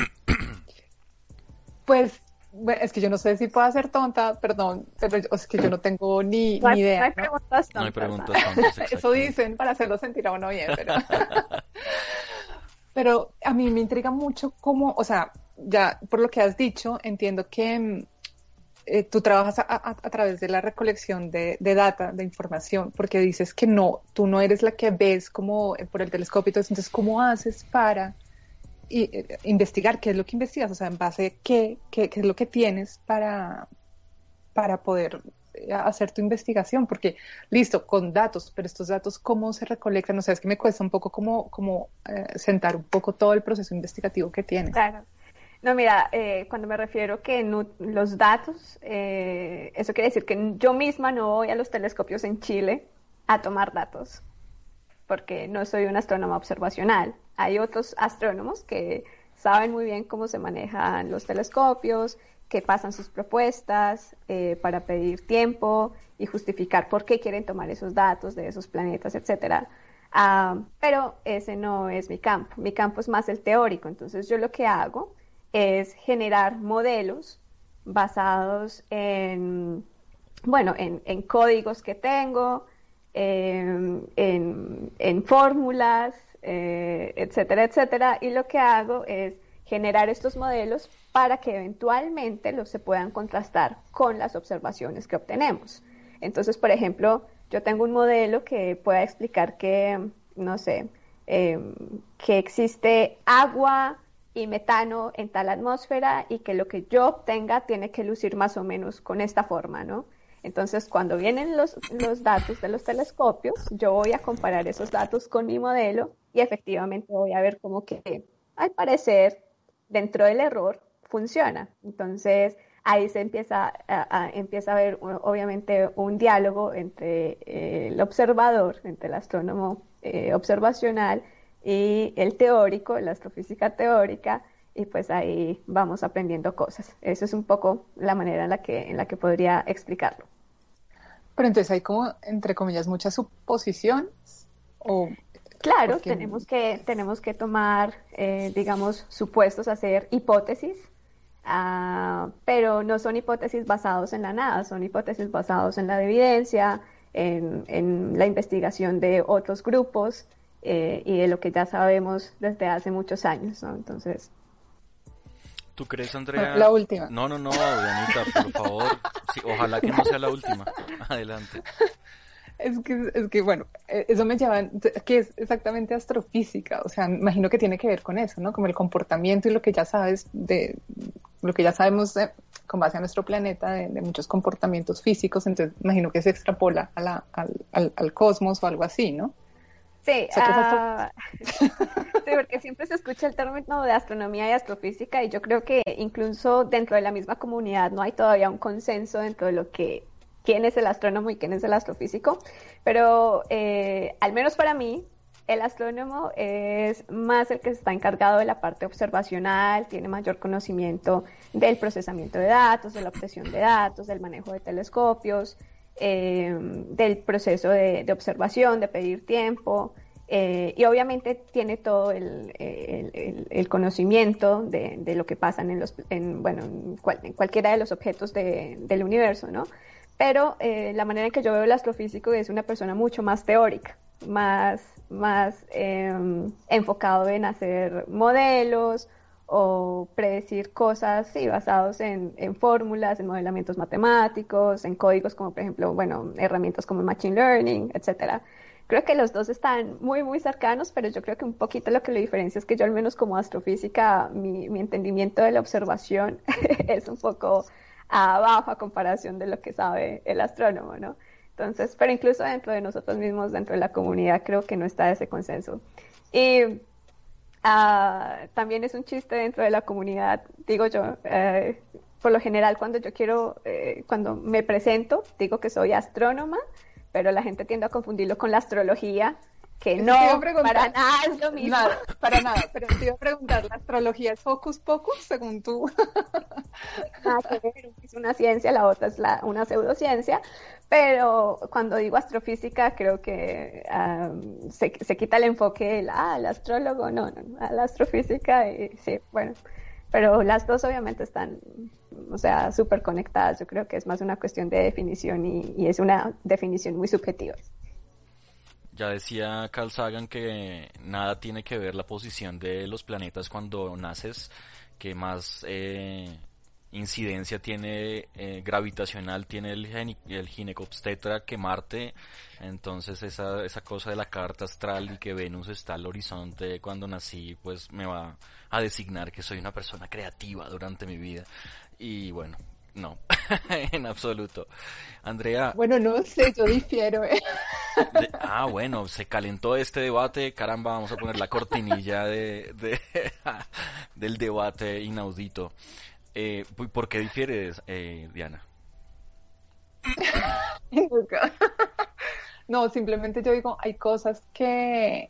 G: Pues, bueno, es que yo no sé si puedo ser tonta, perdón, pero yo- es que yo no tengo ni,
F: No hay,
G: ni
F: no
G: idea,
F: hay
G: ¿no?
F: preguntas
C: No hay
F: tontas,
C: preguntas
F: ¿no?
C: tontas,
G: Eso
C: exactamente.
G: dicen para hacerlo sentir a uno bien, pero, pero a mí me intriga mucho cómo, o sea, ya por lo que has dicho, entiendo que mm, eh, tú trabajas a, a- a través de la recolección de, de data, de información, porque dices que no, tú no eres la que ves como eh, por el telescopio, y todo eso. Entonces, ¿cómo haces para y, eh, investigar? ¿Qué es lo que investigas? O sea, en base a qué, qué, qué es lo que tienes para, para poder eh, hacer tu investigación, porque listo, con datos, pero estos datos, ¿cómo se recolectan? O sea, es que me cuesta un poco como, como eh, sentar un poco todo el proceso investigativo que tienes.
F: Claro. No, mira, eh, cuando me refiero que nu- los datos, eh, eso quiere decir que yo misma no voy a los telescopios en Chile a tomar datos, porque no soy una astrónoma observacional. Hay otros astrónomos que saben muy bien cómo se manejan los telescopios, que pasan sus propuestas eh, para pedir tiempo y justificar por qué quieren tomar esos datos de esos planetas, etcétera. Ah, pero ese no es mi campo. Mi campo es más el teórico. Entonces yo lo que hago es generar modelos basados en, bueno, en, en códigos que tengo, en, en, en fórmulas, eh, etcétera, etcétera. Y lo que hago es generar estos modelos para que eventualmente los se puedan contrastar con las observaciones que obtenemos. Entonces, por ejemplo, yo tengo un modelo que pueda explicar que, no sé, eh, que existe agua y metano en tal atmósfera y que lo que yo obtenga tiene que lucir más o menos con esta forma, ¿no? Entonces, cuando vienen los, los datos de los telescopios, yo voy a comparar esos datos con mi modelo y efectivamente voy a ver cómo que, al parecer, dentro del error, funciona. Entonces, ahí se empieza a, a, empieza a haber, obviamente, un diálogo entre eh, el observador, entre el astrónomo eh, observacional y el teórico, la astrofísica teórica, y pues ahí vamos aprendiendo cosas. Eso es un poco la manera en la que, en la que podría explicarlo.
G: Pero entonces hay como, entre comillas, muchas suposiciones o
F: Claro,
G: porque
F: tenemos que, tenemos que tomar, eh, digamos, supuestos, hacer hipótesis, uh, pero no son hipótesis basados en la nada, son hipótesis basados en la evidencia, en, en la investigación de otros grupos eh, y de lo que ya sabemos desde hace muchos años, ¿no? Entonces,
C: ¿Tú crees,
G: bueno,
C: Andrea?
G: la última.
C: No, no, no, Dianita, por favor. Sí, ojalá que no sea la última. Adelante.
G: Es que, es que, bueno, eh, eso me lleva, que es exactamente astrofísica, o sea, imagino que tiene que ver con eso, ¿no? Como el comportamiento y lo que ya sabes de, lo que ya sabemos de, con base a nuestro planeta, de, de muchos comportamientos físicos, entonces imagino que se extrapola a la, al, al, al cosmos o algo así, ¿no?
F: sí,
G: O sea, que es astro-
F: uh, sí, porque siempre se escucha el término de astronomía y astrofísica y yo creo que incluso dentro de la misma comunidad no hay todavía un consenso dentro de lo que quién es el astrónomo y quién es el astrofísico, pero eh, al menos para mí el astrónomo es más el que está encargado de la parte observacional, tiene mayor conocimiento del procesamiento de datos, de la obtención de datos, del manejo de telescopios, eh, del proceso de, de observación, de pedir tiempo, eh, y obviamente tiene todo el, el, el, el conocimiento de, de lo que pasa en, los, en, bueno, en, cual, en cualquiera de los objetos de, del universo, ¿no? Pero eh, la manera en que yo veo el astrofísico es una persona mucho más teórica, más, más eh, enfocado en hacer modelos o predecir cosas, sí, basados en, en fórmulas, en modelamientos matemáticos, en códigos como, por ejemplo, bueno, herramientas como el Machine Learning, etcétera. Creo que los dos están muy, muy cercanos, pero yo creo que un poquito lo que lo diferencia es que yo, al menos como astrofísica, mi, mi entendimiento de la observación es un poco abajo a comparación de lo que sabe el astrónomo, ¿no? Entonces, pero incluso dentro de nosotros mismos, dentro de la comunidad, creo que no está ese consenso. Y uh, también es un chiste dentro de la comunidad, digo yo, eh, por lo general cuando yo quiero, eh, cuando me presento, digo que soy astrónoma, pero la gente tiende a confundirlo con la astrología, que
G: Eso
F: no,
G: te iba a preguntar.
F: para nada es lo mismo.
G: Nada, para nada, pero te iba a preguntar, ¿la astrología es hocus pocus, según tú?
F: Nada que ver, una es una ciencia, la otra es la, una pseudociencia, pero cuando digo astrofísica creo que um, se, se quita el enfoque del, ah, el astrólogo, no, no, no, a la astrofísica, y sí, bueno, pero las dos obviamente están, o sea, súper conectadas. Yo creo que es más una cuestión de definición y, y es una definición muy subjetiva.
C: Ya decía Carl Sagan que nada tiene que ver la posición de los planetas cuando naces, que más eh, incidencia tiene eh, gravitacional tiene el, geni- el ginecobstetra que Marte. Entonces esa, esa cosa de la carta astral y que Venus está al horizonte cuando nací, pues me va a designar que soy una persona creativa durante mi vida. Y bueno, no, en absoluto. Andrea,
G: Bueno, no sé, yo difiero, ¿eh?
C: de- ah, bueno, se calentó este debate, caramba, vamos a poner la cortinilla de, de del debate inaudito. Eh, ¿por qué difieres, eh, Diana?
G: Nunca. No, simplemente yo digo, hay cosas que,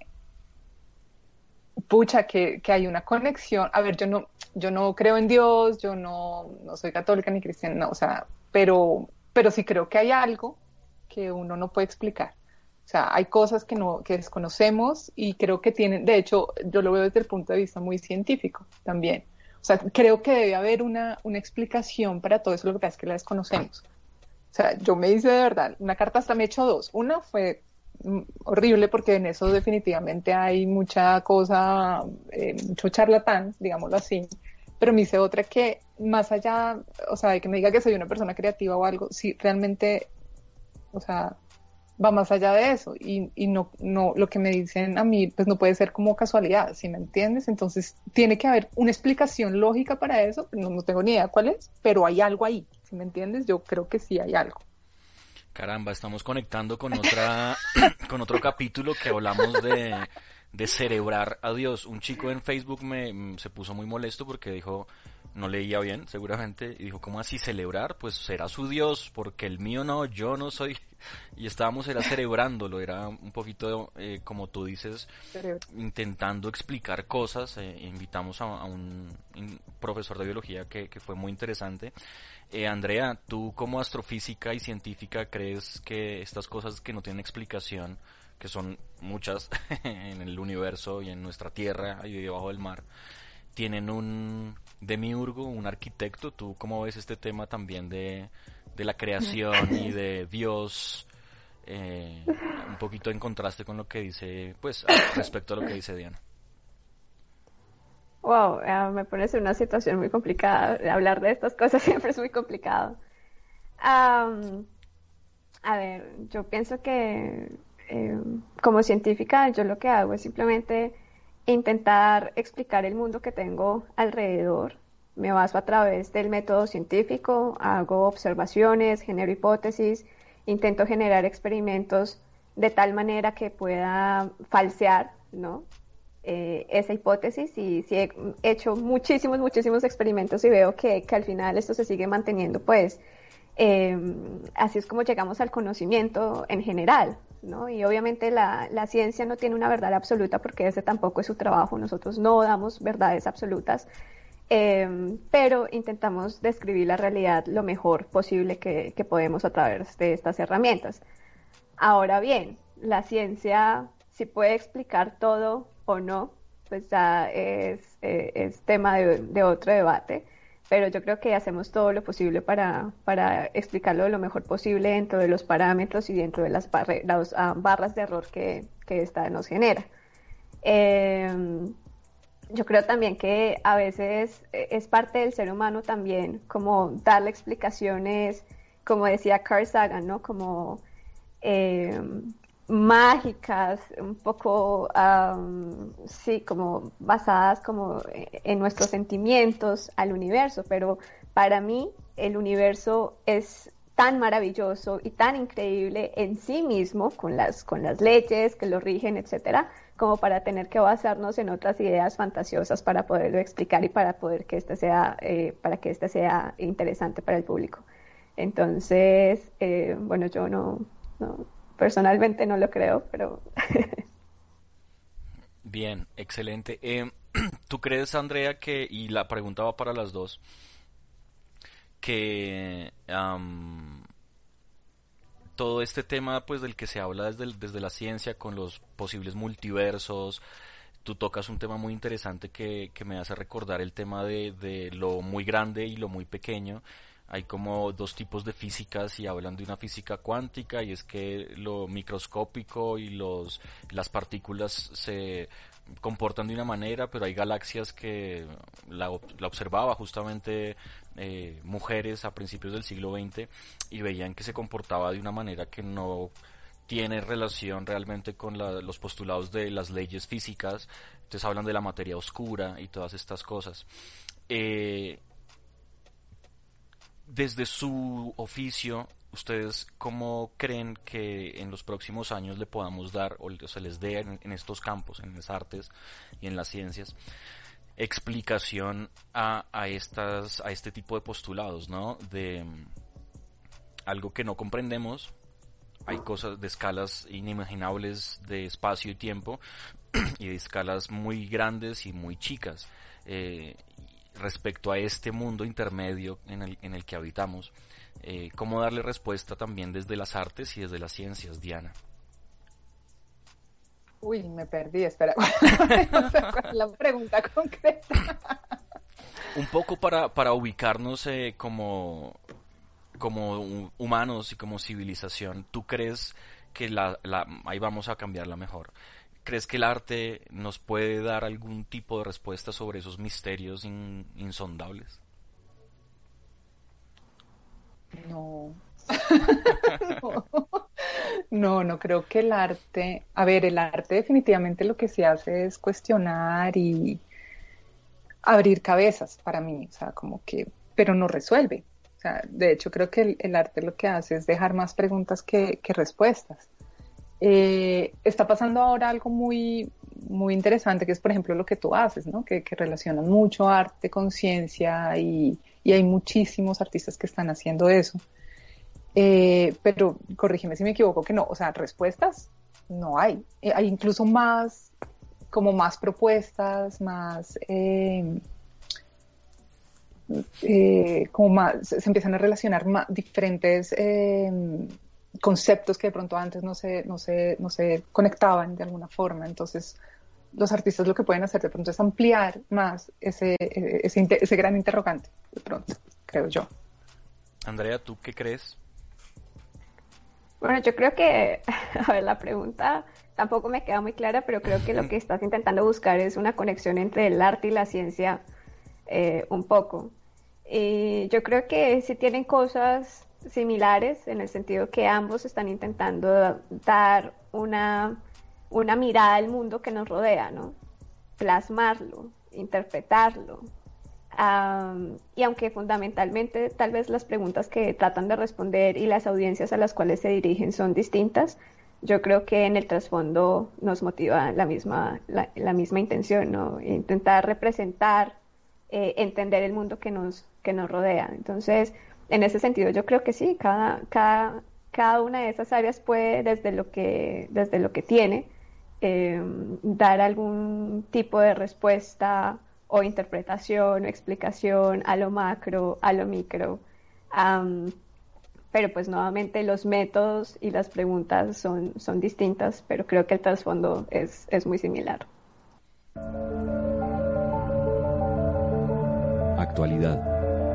G: pucha, que, que hay una conexión. A ver, yo no, yo no creo en Dios, yo no, no soy católica ni cristiana, no, o sea, pero, pero sí creo que hay algo que uno no puede explicar. O sea, hay cosas que no, que desconocemos y creo que tienen, de hecho, yo lo veo desde el punto de vista muy científico también. O sea, creo que debe haber una, una explicación para todo eso, lo que pasa es que la desconocemos. O sea, yo me hice de verdad, una carta hasta me he hecho dos. Una fue mm, horrible porque en eso definitivamente hay mucha cosa, eh, mucho charlatán, digámoslo así. Pero me hice otra que más allá, o sea, de que me diga que soy una persona creativa o algo, sí, realmente, o sea, va más allá de eso y, y no, no, lo que me dicen a mí pues no puede ser como casualidad, ¿sí me entiendes? Entonces tiene que haber una explicación lógica para eso, no, no tengo ni idea cuál es, pero hay algo ahí, ¿sí me entiendes? Yo creo que sí hay algo.
C: Caramba, estamos conectando con otra, con otro capítulo que hablamos de, de celebrar a Dios. Un chico en Facebook me, mm, se puso muy molesto porque dijo, no leía bien, seguramente, y dijo, ¿cómo así celebrar? Pues será su Dios, porque el mío no, yo no soy. Y estábamos, era celebrándolo, era un poquito, eh, como tú dices,
G: Pero,
C: intentando explicar cosas. Eh, invitamos a, a un in- profesor de biología que, que fue muy interesante. Eh, Andrea, tú como astrofísica y científica, ¿crees que estas cosas que no tienen explicación, que son muchas en el universo y en nuestra Tierra y debajo del mar, tienen un demiurgo, un arquitecto? ¿Tú cómo ves este tema también de, de la creación y de Dios? Eh, un poquito en contraste con lo que dice, pues, a- respecto a lo que dice Diana.
F: Wow, eh, me pones en una situación muy complicada. Hablar de estas cosas siempre es muy complicado. Am, a ver, yo pienso que eh, como científica yo lo que hago es simplemente intentar explicar el mundo que tengo alrededor. Me baso a través del método científico, hago observaciones, genero hipótesis, intento generar experimentos de tal manera que pueda falsear, ¿no? eh, esa hipótesis y sí he hecho muchísimos, muchísimos experimentos y veo que, que al final esto se sigue manteniendo, pues eh, así es como llegamos al conocimiento en general, ¿no? Y obviamente la, la ciencia no tiene una verdad absoluta porque ese tampoco es su trabajo, nosotros no damos verdades absolutas, eh, pero intentamos describir la realidad lo mejor posible que, que podemos a través de estas herramientas. Ahora bien, la ciencia, si puede explicar todo o no, pues ya es, eh, es tema de, de otro debate, pero yo creo que hacemos todo lo posible para, para explicarlo lo mejor posible dentro de los parámetros y dentro de las, barre, las uh, barras de error que, que esta nos genera. Eh, yo creo también que a veces es parte del ser humano también como darle explicaciones, como decía Carl Sagan, ¿no? Como eh, mágicas, un poco, um, sí, como basadas como en nuestros sentimientos al universo, pero para mí el universo es tan maravilloso y tan increíble en sí mismo, con las, con las leyes que lo rigen, etcétera, como para tener que basarnos en otras ideas fantasiosas para poderlo explicar y para poder que este sea, eh, para que este sea interesante para el público. Entonces, eh, bueno, yo no, no, personalmente no lo creo, pero
C: Bien, excelente. Eh, ¿tú crees, Andrea, que, y la pregunta va para las dos, que am, todo este tema pues del que se habla desde, el- desde la ciencia con los posibles multiversos, tú tocas un tema muy interesante que, que me hace recordar el tema de, de lo muy grande y lo muy pequeño. Hay como dos tipos de físicas y hablan de una física cuántica, y es que lo microscópico y los las partículas se comportan de una manera, pero hay galaxias que la, la observaba justamente eh, mujeres a principios del siglo veinte y veían que se comportaba de una manera que no tiene relación realmente con la, los postulados de las leyes físicas. Entonces hablan de la materia oscura y todas estas cosas. Eh, desde su oficio, ¿ustedes cómo creen que en los próximos años le podamos dar, o se les dé en, en estos campos, en las artes y en las ciencias, explicación a, a, estas, a este tipo de postulados, ¿no? De um, algo que no comprendemos. Hay cosas de escalas inimaginables de espacio y tiempo y de escalas muy grandes y muy chicas. Eh, respecto a este mundo intermedio en el, en el que habitamos, eh, ¿cómo darle respuesta también desde las artes y desde las ciencias, Diana?
G: Uy, me perdí, espera. O sea, ¿cuál es la pregunta concreta?
C: Un poco para, para ubicarnos eh, como, como humanos y como civilización. ¿Tú crees que la, la, ahí vamos a cambiarla mejor? ¿Crees que el arte nos puede dar algún tipo de respuesta sobre esos misterios in, insondables?
G: No. no. No, no creo que el arte... A ver, el arte definitivamente lo que se hace es cuestionar y abrir cabezas para mí, o sea, como que... Pero no resuelve. O sea, de hecho creo que el, el arte lo que hace es dejar más preguntas que, que respuestas. Eh, está pasando ahora algo muy, muy interesante, que es, por ejemplo, lo que tú haces, ¿no? Que, que relacionan mucho arte con ciencia y, y hay muchísimos artistas que están haciendo eso. Eh, pero corrígeme si me equivoco, que no, o sea, respuestas no hay. Eh, hay incluso más, como más propuestas, más... Eh, eh, como más, se empiezan a relacionar más diferentes... Eh, conceptos que de pronto antes no se, no se, no se conectaban de alguna forma. Entonces, los artistas lo que pueden hacer de pronto es ampliar más ese, ese, ese gran interrogante, de pronto, creo yo.
C: Andrea, ¿tú qué crees?
F: Bueno, yo creo que, a ver, la pregunta tampoco me queda muy clara, pero creo que lo que estás intentando buscar es una conexión entre el arte y la ciencia eh, un poco. Y yo creo que sí tienen cosas similares en el sentido que ambos están intentando dar una, una mirada al mundo que nos rodea, ¿no? Plasmarlo, interpretarlo. Um, y aunque fundamentalmente tal vez las preguntas que tratan de responder y las audiencias a las cuales se dirigen son distintas, yo creo que en el trasfondo nos motiva la misma, la, la misma intención, ¿no? Intentar representar, eh, entender el mundo que nos, que nos rodea. Entonces, en ese sentido, yo creo que sí, cada, cada, cada una de esas áreas puede, desde lo que, desde lo que tiene, eh, dar algún tipo de respuesta o interpretación o explicación a lo macro, a lo micro. Um, pero pues nuevamente los métodos y las preguntas son, son distintas, pero creo que el trasfondo es, es muy similar.
A: Actualidad.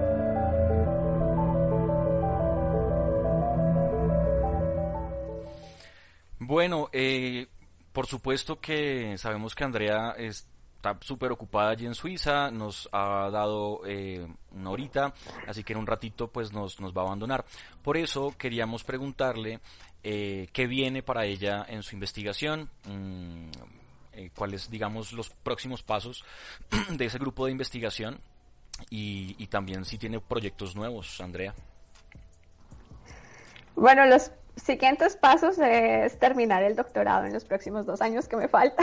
C: Bueno, eh, por supuesto que sabemos que Andrea está súper ocupada allí en Suiza, nos ha dado eh, una horita, así que en un ratito pues nos, nos va a abandonar. Por eso queríamos preguntarle eh, qué viene para ella en su investigación, mmm, eh, cuáles, digamos, los próximos pasos de ese grupo de investigación y, y también si tiene proyectos nuevos, Andrea.
F: Bueno, los siguientes pasos es terminar el doctorado en los próximos dos años que me falta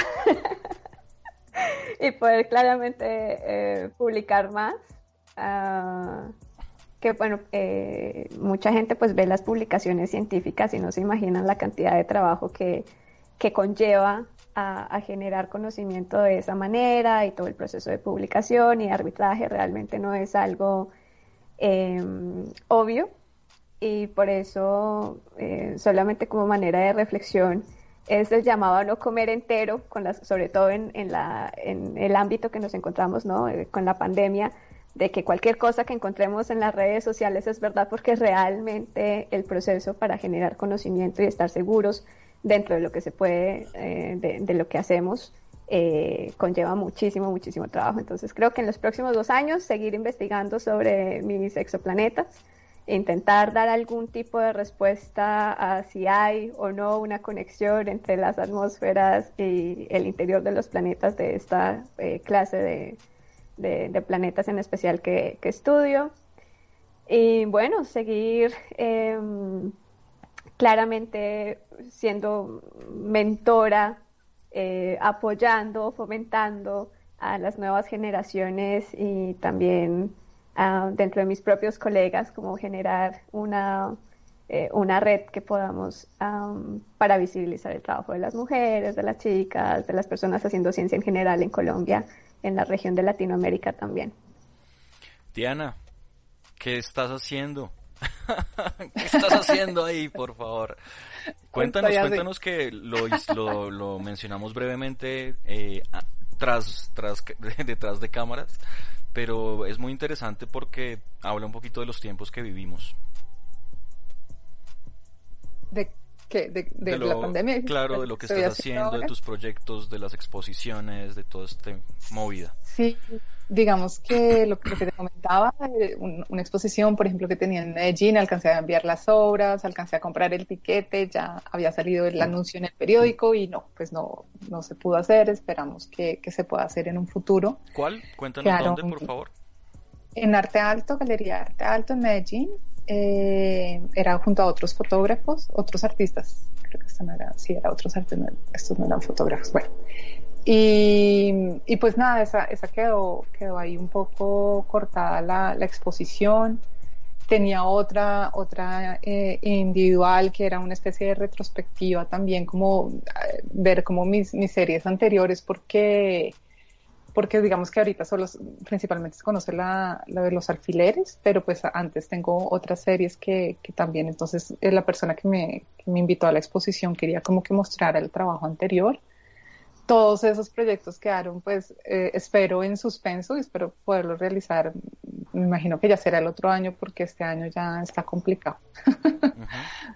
F: y poder claramente eh, publicar más. Uh, que bueno, eh, mucha gente pues ve las publicaciones científicas y no se imaginan la cantidad de trabajo que, que conlleva a, a generar conocimiento de esa manera, y todo el proceso de publicación y arbitraje realmente no es algo eh, obvio. Y por eso, eh, solamente como manera de reflexión, es el llamado a no comer entero, con las, sobre todo en, en, la, en el ámbito que nos encontramos, ¿no? Eh, con la pandemia, de que cualquier cosa que encontremos en las redes sociales es verdad, porque realmente el proceso para generar conocimiento y estar seguros dentro de lo que se puede, eh, de, de lo que hacemos, eh, conlleva muchísimo, muchísimo trabajo. Entonces creo que en los próximos dos años seguir investigando sobre mis exoplanetas, intentar dar algún tipo de respuesta a si hay o no una conexión entre las atmósferas y el interior de los planetas de esta eh, clase de, de, de planetas en especial que, que estudio. Y bueno, seguir eh, claramente siendo mentora, eh, apoyando, fomentando a las nuevas generaciones y también Uh, dentro de mis propios colegas, como generar una, eh, una red que podamos um, para visibilizar el trabajo de las mujeres, de las chicas, de las personas haciendo ciencia en general en Colombia, en la región de Latinoamérica también.
C: Diana, ¿qué estás haciendo? ¿Qué estás haciendo ahí, por favor? Cuéntanos, cuéntanos que lo, lo, lo mencionamos brevemente eh, tras, tras, detrás de cámaras, pero es muy interesante porque habla un poquito de los tiempos que vivimos.
G: ¿De qué? ¿De, de,
C: de lo,
G: la pandemia?
C: Claro, de lo que estás haciendo, ahora, de tus proyectos, de las exposiciones, de toda esta movida.
G: Sí, digamos que lo que, lo que te comentaba, un, una exposición, por ejemplo, que tenía en Medellín, alcancé a enviar las obras, alcancé a comprar el tiquete, ya había salido el anuncio en el periódico y no, pues no, no se pudo hacer, esperamos que, que se pueda hacer en un futuro.
C: ¿Cuál? Cuéntanos
G: Quedaron,
C: dónde, por favor.
G: En Arte Alto, Galería Arte Alto en Medellín, eh, era junto a otros fotógrafos, otros artistas, creo que esto no era, sí, era otros artistas, no, estos no eran fotógrafos, bueno. Y, y pues nada, esa, esa quedó, quedó ahí un poco cortada la, la exposición. Tenía otra, otra eh, individual que era una especie de retrospectiva también, como eh, ver como mis, mis series anteriores, porque, porque digamos que ahorita solo principalmente se conoce la, la de los alfileres, pero pues antes tengo otras series que, que también, entonces eh, la persona que me, que me invitó a la exposición quería como que mostrara el trabajo anterior. Todos esos proyectos quedaron, pues, eh, espero en suspenso y espero poderlos realizar. Me imagino que ya será el otro año porque este año ya está complicado. Uh-huh.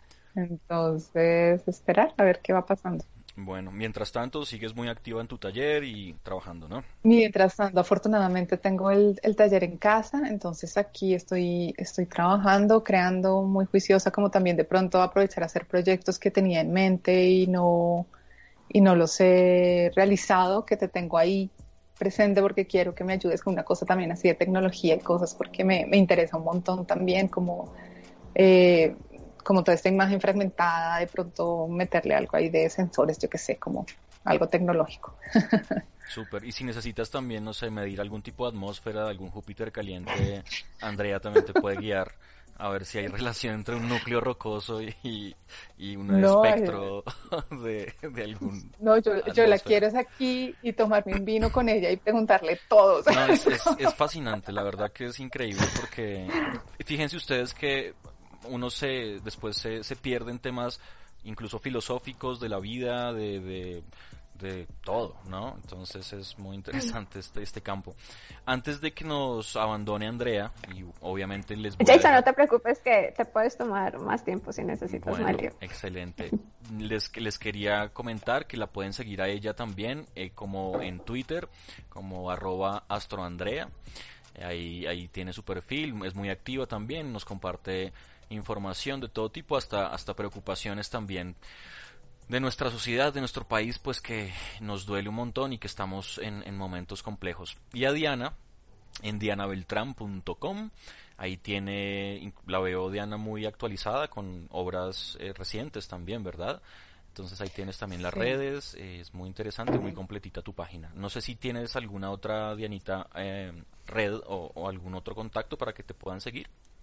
G: Entonces, esperar a ver qué va pasando.
C: Bueno, mientras tanto, sigues muy activa en tu taller y trabajando, ¿no?
G: Mientras tanto, afortunadamente tengo el, el taller en casa, entonces aquí estoy, estoy trabajando, creando, muy juiciosa, como también de pronto aprovechar a hacer proyectos que tenía en mente y no... y no los he realizado, que te tengo ahí presente porque quiero que me ayudes con una cosa también así de tecnología y cosas, porque me, me interesa un montón también como, eh, como toda esta imagen fragmentada, de pronto meterle algo ahí de sensores, yo qué sé, como algo tecnológico.
C: Súper, y si necesitas también, no sé, medir algún tipo de atmósfera, algún Júpiter caliente, Andrea también te puede guiar. A ver si hay relación entre un núcleo rocoso y, y un no, espectro de, de algún...
G: No, yo, yo la quiero es aquí y tomarme un vino con ella y preguntarle todo.
C: No, es, es, es fascinante, la verdad que es increíble porque fíjense ustedes que uno se después se, se pierde en temas incluso filosóficos de la vida, de... de de todo, ¿no? Entonces es muy interesante este, este campo. Antes de que nos abandone Andrea, y obviamente les voy
F: Jason,
C: a...
F: no te preocupes que te puedes tomar más tiempo si necesitas,
C: bueno,
F: Mario.
C: Excelente. Les, les quería comentar que la pueden seguir a ella también, eh, como en Twitter, como arroba astroandrea. Ahí, ahí tiene su perfil, es muy activa también, nos comparte información de todo tipo, hasta, hasta preocupaciones también de nuestra sociedad, de nuestro país, pues que nos duele un montón y que estamos en, en momentos complejos. Y a Diana, en diana beltrán punto com, ahí tiene, la veo Diana muy actualizada con obras eh, recientes también, ¿verdad? Entonces ahí tienes también las sí. redes, eh, es muy interesante, muy completita tu página. No sé si tienes alguna otra, Dianita, eh, red o, o algún otro contacto para que te puedan seguir.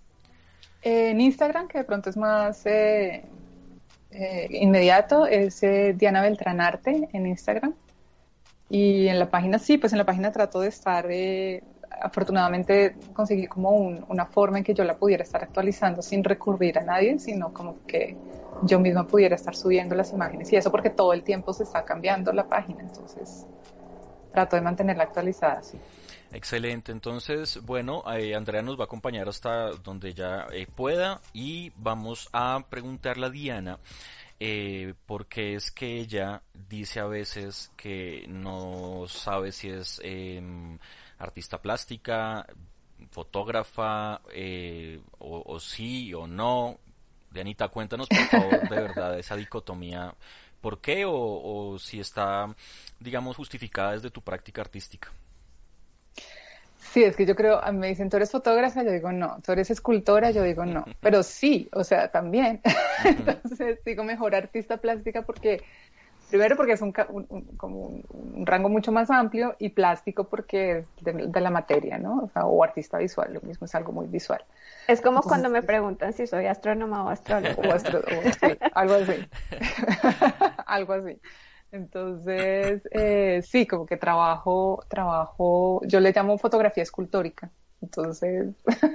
G: Eh, en Instagram, que de pronto es más... Eh... Eh, inmediato, es eh, Diana Beltrán Arte en Instagram, y en la página sí, pues en la página trato de estar eh, afortunadamente conseguí como un, una forma en que yo la pudiera estar actualizando sin recurrir a nadie, sino como que yo misma pudiera estar subiendo las imágenes, y eso porque todo el tiempo se está cambiando la página, entonces trato de mantenerla actualizada, sí.
C: Excelente, entonces, bueno, eh, Andrea nos va a acompañar hasta donde ella eh, pueda, y vamos a preguntarle a Diana, eh, porque es que ella dice a veces que no sabe si es eh, artista plástica, fotógrafa, eh, o, o sí o no. Dianita, cuéntanos por favor de verdad esa dicotomía, ¿por qué? O, o si está, digamos, justificada desde tu práctica artística.
G: Sí, es que yo creo, a mí me dicen, ¿tú eres fotógrafa? Yo digo, no. ¿Tú eres escultora? Yo digo, no. Pero sí, o sea, también. Uh-huh. Entonces digo mejor artista plástica porque, primero porque es un, un, un, como un, un rango mucho más amplio, y plástico porque es de, de la materia, ¿no? O sea, o artista visual, lo mismo, es algo muy visual.
F: Es como Entonces, cuando me preguntan si soy astrónoma o astrólogo.
G: O astro, o, sí, algo así. Algo así. Entonces, eh, sí, como que trabajo, trabajo, yo le llamo fotografía escultórica. Entonces,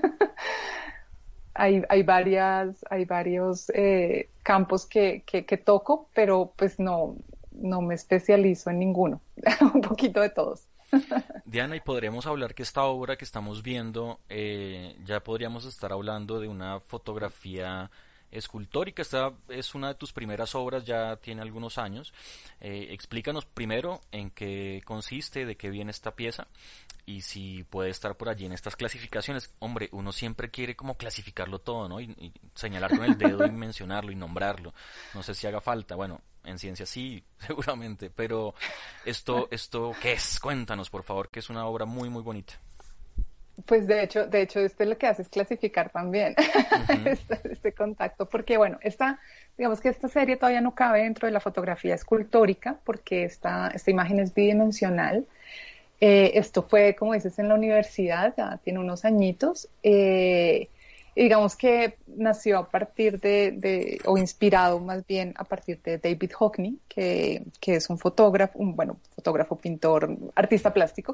G: hay, hay varias, hay varios eh, campos que, que, que toco, pero pues no, no me especializo en ninguno. Un poquito de todos.
C: Diana, y podríamos hablar que esta obra que estamos viendo, eh, ya podríamos estar hablando de una fotografía escultórica. Esta es una de tus primeras obras, ya tiene algunos años. Eh, explícanos primero en qué consiste, de qué viene esta pieza, y si puede estar por allí en estas clasificaciones. Hombre, uno siempre quiere como clasificarlo todo, ¿no? Y, y señalar con el dedo y mencionarlo y nombrarlo. No sé si haga falta. Bueno, en ciencia sí, seguramente, pero esto, esto, ¿qué es? Cuéntanos, por favor, que es una obra muy, muy bonita.
G: Pues de hecho, de hecho, esto es lo que hace es clasificar también uh-huh. este, este contacto, porque bueno, esta, digamos que esta serie todavía no cabe dentro de la fotografía escultórica, porque esta, esta imagen es bidimensional. Eh, esto fue, como dices, en la universidad, ya tiene unos añitos, eh, y digamos que nació a partir de, de, o inspirado más bien a partir de David Hockney, que, que es un fotógrafo, un, bueno, fotógrafo, pintor, artista plástico,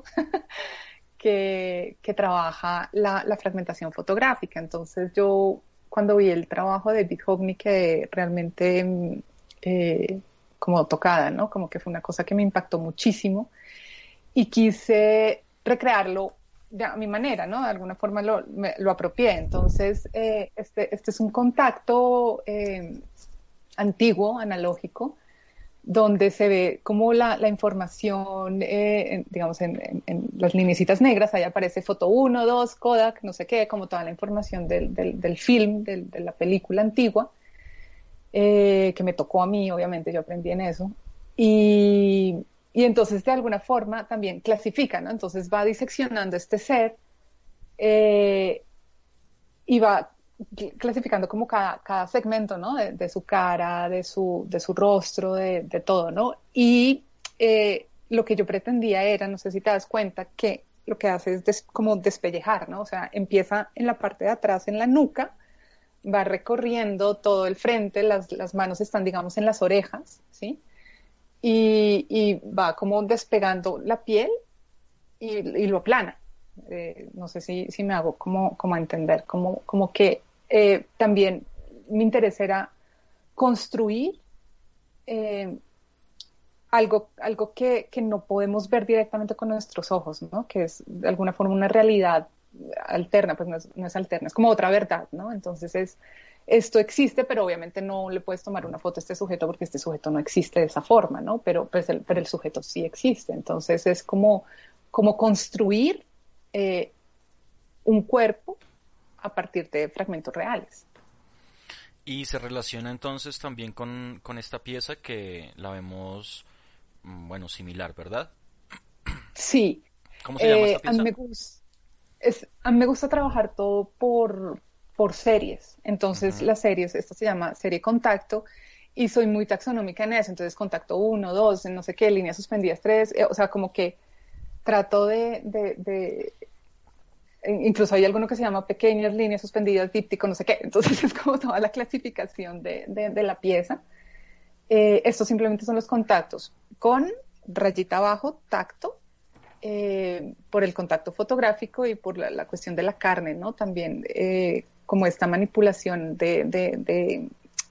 G: Que, que trabaja la, la fragmentación fotográfica. Entonces yo, cuando vi el trabajo de David Hockney, quedé realmente eh, como tocada, ¿no? Como que fue una cosa que me impactó muchísimo, y quise recrearlo de, a mi manera, ¿no? De alguna forma lo, me, lo apropié. Entonces eh, este, este es un contacto eh, antiguo, analógico, donde se ve como la, la información, eh, en, digamos, en, en, en las lineecitas negras, ahí aparece foto uno, dos, Kodak, no sé qué, como toda la información del, del, del film, del, de la película antigua, eh, que me tocó a mí, obviamente, yo aprendí en eso, y, y entonces de alguna forma también clasifica, ¿no? Entonces va diseccionando este ser, eh, y va clasificando como cada, cada segmento, ¿no? De, de su cara, de su, de su rostro, de, de todo, ¿no? Y eh, lo que yo pretendía era, no sé si te das cuenta, que lo que hace es des, como despellejar, ¿no? O sea, empieza en la parte de atrás, en la nuca, va recorriendo todo el frente, las, las manos están, digamos, en las orejas, ¿sí? Y, y va como despegando la piel y, y lo aplana. Eh, no sé si, si me hago como, como a entender, como, como que eh, también mi interés era construir eh, algo, algo que, que no podemos ver directamente con nuestros ojos, ¿no? Que es de alguna forma una realidad alterna, pues no es, no es alterna, es como otra verdad, ¿no? Entonces es, esto existe, pero obviamente no le puedes tomar una foto a este sujeto porque este sujeto no existe de esa forma, ¿no? Pero, pues el, pero el sujeto sí existe, entonces es como, como construir Eh, un cuerpo a partir de fragmentos reales.
C: Y se relaciona entonces también con, con esta pieza que la vemos, bueno, similar, ¿verdad?
G: Sí.
C: ¿Cómo se llama
G: eh,
C: esta pieza?
G: A mí, me gusta, es, a mí me gusta trabajar todo por, por series. Entonces, uh-huh. Las series, esta se llama serie Contacto, y soy muy taxonómica en eso. Entonces, Contacto uno, dos, no sé qué, líneas suspendidas tres, eh, o sea, como que trato de, de, de, incluso hay alguno que se llama pequeñas líneas suspendidas, díptico, no sé qué, entonces es como toda la clasificación de, de, de la pieza. Eh, estos simplemente son los contactos, con rayita abajo, tacto, eh, por el contacto fotográfico y por la, la cuestión de la carne, ¿no? También eh, como esta manipulación de, de, de,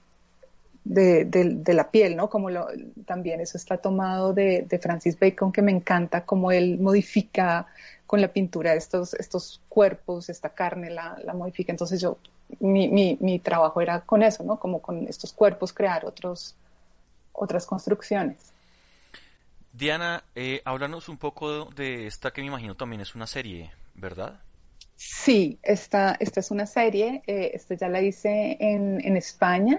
G: de, de, de la piel, ¿no? Como lo, también eso está tomado de, de Francis Bacon, que me encanta cómo él modifica con la pintura estos, estos cuerpos, esta carne la, la modifica. Entonces yo, mi, mi, mi trabajo era con eso, ¿no? Como con estos cuerpos crear otros, otras construcciones.
C: Diana, eh, háblanos un poco de esta que me imagino también es una serie, ¿verdad?
G: Sí, esta, esta es una serie, eh, esta ya la hice en, en España.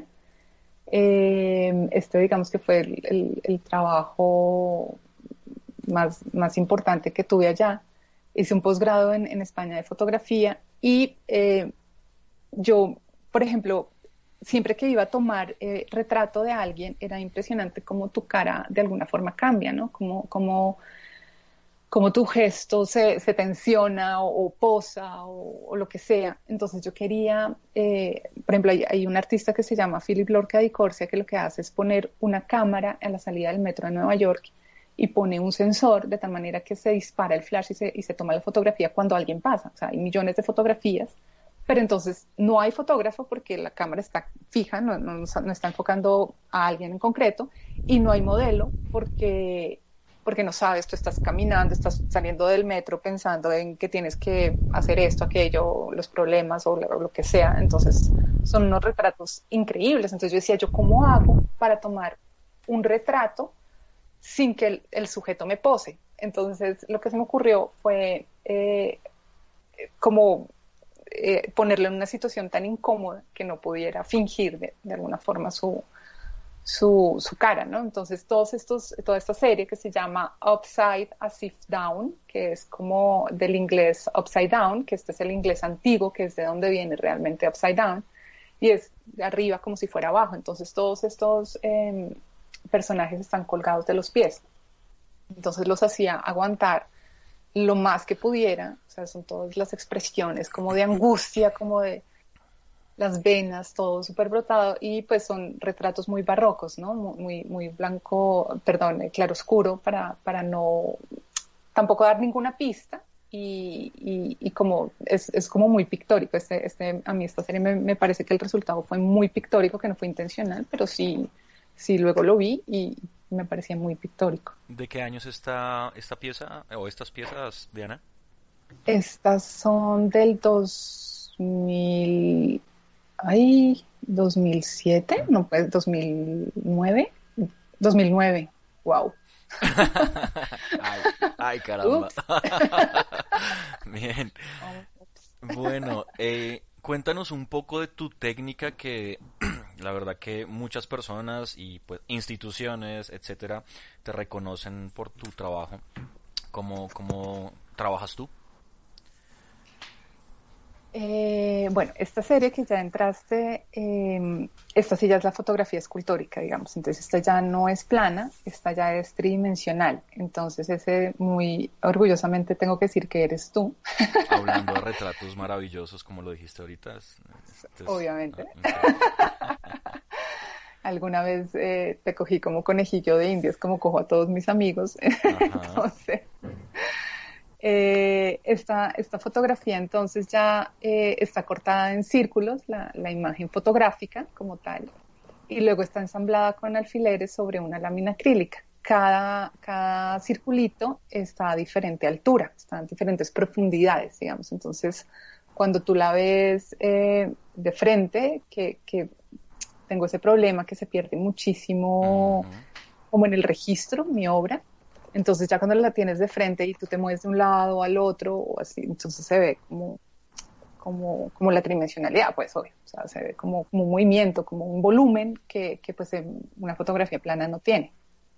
G: Eh, este digamos que fue el, el, el trabajo más, más importante que tuve allá. Hice un posgrado en, en España de fotografía y eh, yo, por ejemplo, siempre que iba a tomar eh, retrato de alguien, era impresionante cómo tu cara de alguna forma cambia, ¿no? Cómo, cómo, cómo tu gesto se, se tensiona o, o posa o, o lo que sea. Entonces yo quería, eh, por ejemplo, hay, hay un artista que se llama Philip Lorca di Corsia que lo que hace es poner una cámara a la salida del metro de Nueva York y pone un sensor de tal manera que se dispara el flash y se, y se toma la fotografía cuando alguien pasa. O sea, hay millones de fotografías, pero entonces no hay fotógrafo porque la cámara está fija, no, no, no está enfocando a alguien en concreto, y no hay modelo porque, porque no sabes, tú estás caminando, estás saliendo del metro pensando en que tienes que hacer esto, aquello, los problemas o lo, o lo que sea. Entonces son unos retratos increíbles. Entonces yo decía, ¿yo cómo hago para tomar un retrato sin que el, el sujeto me pose? Entonces lo que se me ocurrió fue eh, como eh, ponerle en una situación tan incómoda que no pudiera fingir de, de alguna forma su, su, su cara, ¿no? Entonces todos estos, toda esta serie que se llama Upside as if Down, que es como del inglés upside down, que este es el inglés antiguo, que es de donde viene realmente upside down, y es de arriba como si fuera abajo. Entonces todos estos eh, personajes están colgados de los pies. Entonces los hacía aguantar lo más que pudiera. O sea, son todas las expresiones como de angustia, como de las venas, todo súper brotado, y pues son retratos muy barrocos, ¿no? Muy, muy blanco, perdón, claroscuro, para, para no tampoco dar ninguna pista, y, y, y como es, es como muy pictórico. Este, este, a mí esta serie me, me parece que el resultado fue muy pictórico, que no fue intencional, pero sí, sí luego lo vi y me parecía muy pictórico.
C: ¿De qué años está esta pieza o estas piezas, Diana?
G: Estas son del dos mil, ay, dos mil siete, no, pues dos mil nueve, dos mil nueve, wow.
C: ay, ay, caramba. Bien. Bueno, eh, cuéntanos un poco de tu técnica, que la verdad que muchas personas y pues instituciones, etcétera, te reconocen por tu trabajo. ¿Cómo, cómo trabajas tú?
G: Eh, bueno, esta serie que ya entraste, eh, esta sí ya es la fotografía escultórica, digamos. Entonces esta ya no es plana, esta ya es tridimensional. Entonces ese, muy orgullosamente tengo que decir que eres tú.
C: Hablando de retratos maravillosos, como lo dijiste ahorita. Es, es,
G: Obviamente.
C: Okay.
G: Alguna vez eh, te cogí como conejillo de indias, como cojo a todos mis amigos. Entonces... Eh, esta, esta fotografía entonces ya eh, está cortada en círculos, la, la imagen fotográfica como tal, y luego está ensamblada con alfileres sobre una lámina acrílica. Cada, cada circulito está a diferente altura, está a diferentes profundidades, digamos. Entonces, cuando tú la ves eh, de frente, que, que tengo ese problema que se pierde muchísimo, uh-huh, como en el registro, mi obra. Entonces ya cuando la tienes de frente y tú te mueves de un lado al otro o así, entonces se ve como, como, como la tridimensionalidad, pues obvio. O sea, se ve como, como un movimiento, como un volumen que, que pues una fotografía plana no tiene.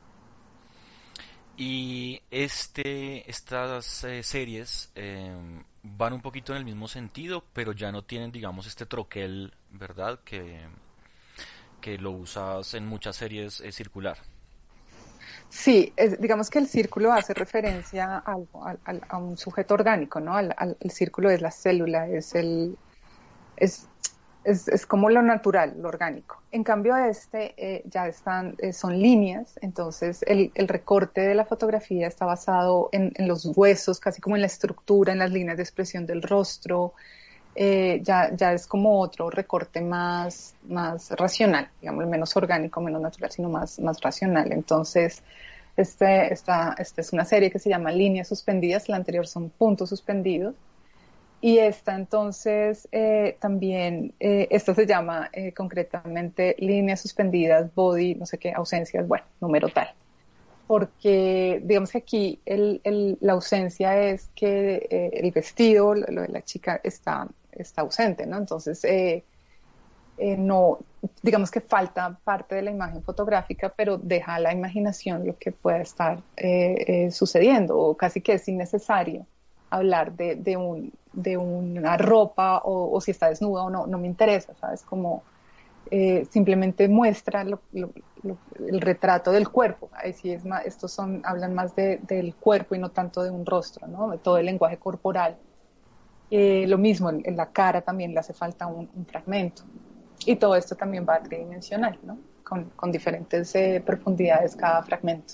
C: Y este, estas eh, series eh, van un poquito en el mismo sentido, pero ya no tienen, digamos, este troquel, ¿verdad? Que, que lo usas en muchas series eh, circular.
G: Sí, es, digamos que el círculo hace referencia a, algo, a, a, a un sujeto orgánico, ¿no? Al, al, el círculo es la célula, es el, es, es, es como lo natural, lo orgánico. En cambio este eh, ya están, eh, son líneas, entonces el, el recorte de la fotografía está basado en, en los huesos, casi como en la estructura, en las líneas de expresión del rostro. Eh, ya, ya es como otro recorte más, más racional, digamos, menos orgánico, menos natural, sino más, más racional. Entonces, este, esta, esta es una serie que se llama Líneas Suspendidas, la anterior son Puntos Suspendidos, y esta entonces eh, también, eh, esta se llama eh, concretamente Líneas Suspendidas, Body, no sé qué, ausencias, bueno, número tal. Porque digamos que aquí el, el, la ausencia es que eh, el vestido, lo, lo de la chica está, está ausente, ¿no? Entonces, eh, eh, no, digamos que falta parte de la imagen fotográfica, pero deja a la imaginación lo que pueda estar eh, eh, sucediendo, o casi que es innecesario hablar de, de, un, de una ropa o, o si está desnuda o no, no me interesa, ¿sabes? Como eh, simplemente muestra lo, lo, lo, el retrato del cuerpo. Ahí sí es más, estos son, hablan más de, del cuerpo y no tanto de un rostro, ¿no? De todo el lenguaje corporal. Eh, lo mismo, en, en la cara también le hace falta un, un fragmento. Y todo esto también va tridimensional, ¿no? Con, con diferentes eh, profundidades cada fragmento.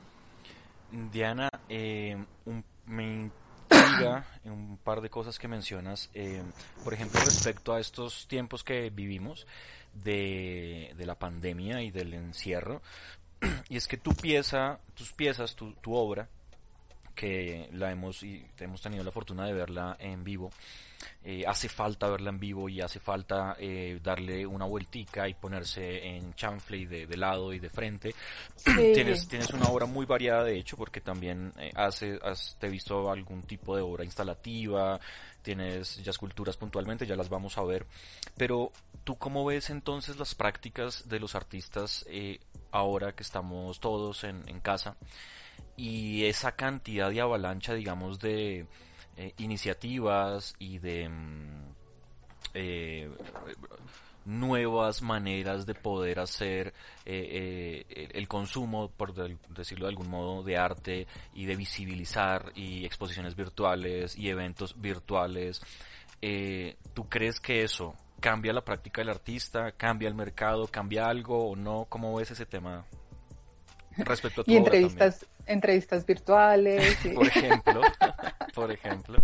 C: Diana, eh, un, me intriga un par de cosas que mencionas. Eh, por ejemplo, respecto a estos tiempos que vivimos de, de la pandemia y del encierro. Y es que tu pieza, tus piezas, tu, tu obra, que la hemos y hemos tenido la fortuna de verla en vivo, eh, hace falta verla en vivo y hace falta eh, darle una vueltica y ponerse en chanfle y de, de lado y de frente. Sí. tienes tienes una obra muy variada, de hecho, porque también eh, hace, has te he visto algún tipo de obra instalativa, tienes ya esculturas puntualmente, ya las vamos a ver, pero ¿tú cómo ves entonces las prácticas de los artistas eh, ahora que estamos todos en, en casa? Y esa cantidad de avalancha, digamos, de eh, iniciativas y de eh, nuevas maneras de poder hacer eh, eh, el consumo, por decirlo de algún modo, de arte y de visibilizar y exposiciones virtuales y eventos virtuales. Eh, ¿Tú crees que eso cambia la práctica del artista, cambia el mercado, cambia algo o no? ¿Cómo ves ese tema? Respecto a tu
G: y entrevistas, entrevistas virtuales. Y...
C: por ejemplo, por ejemplo.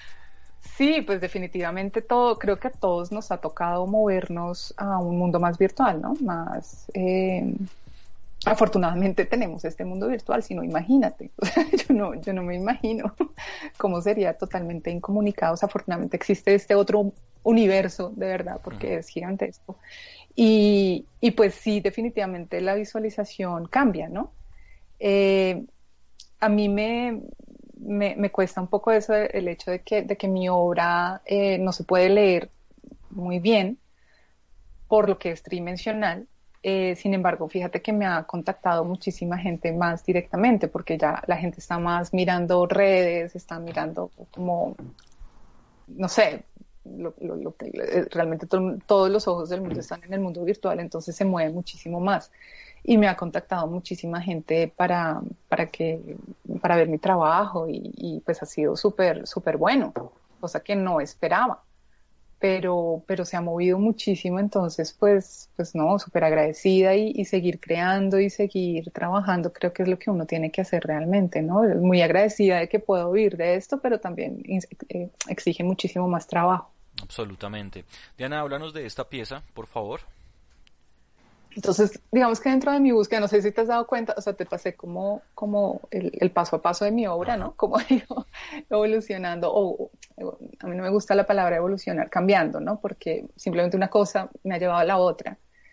G: Sí, pues definitivamente todo, creo que a todos nos ha tocado movernos a un mundo más virtual, ¿no? Más, eh, afortunadamente tenemos este mundo virtual, si no, imagínate. O sea, yo no, yo no me imagino cómo sería totalmente incomunicados. Afortunadamente existe este otro universo, de verdad, porque uh-huh. es gigantesco. Y, y pues sí, definitivamente la visualización cambia, ¿no? Eh, a mí me, me, me cuesta un poco eso, el hecho de que, de que mi obra eh, no se puede leer muy bien por lo que es tridimensional. Eh, sin embargo, fíjate que me ha contactado muchísima gente más directamente, porque ya la gente está más mirando redes, está mirando como, no sé, Lo, lo, lo, realmente to, todos los ojos del mundo están en el mundo virtual, entonces se mueve muchísimo más. Y me ha contactado muchísima gente para, para, que, para ver mi trabajo y, y pues ha sido súper, súper bueno, cosa que no esperaba. Pero, pero se ha movido muchísimo, entonces pues, pues no, súper agradecida y, y seguir creando y seguir trabajando, creo que es lo que uno tiene que hacer realmente, ¿no? Muy agradecida de que puedo vivir de esto, pero también eh, exige muchísimo más trabajo.
C: Absolutamente. Diana, háblanos de esta pieza, por favor.
G: Entonces, digamos que dentro de mi búsqueda, no sé si te has dado cuenta, o sea, te pasé como, como el, el paso a paso de mi obra, ¿no? Como digo, evolucionando, o a mí no me gusta la palabra evolucionar, cambiando, ¿no? Porque simplemente una cosa me ha llevado a la otra.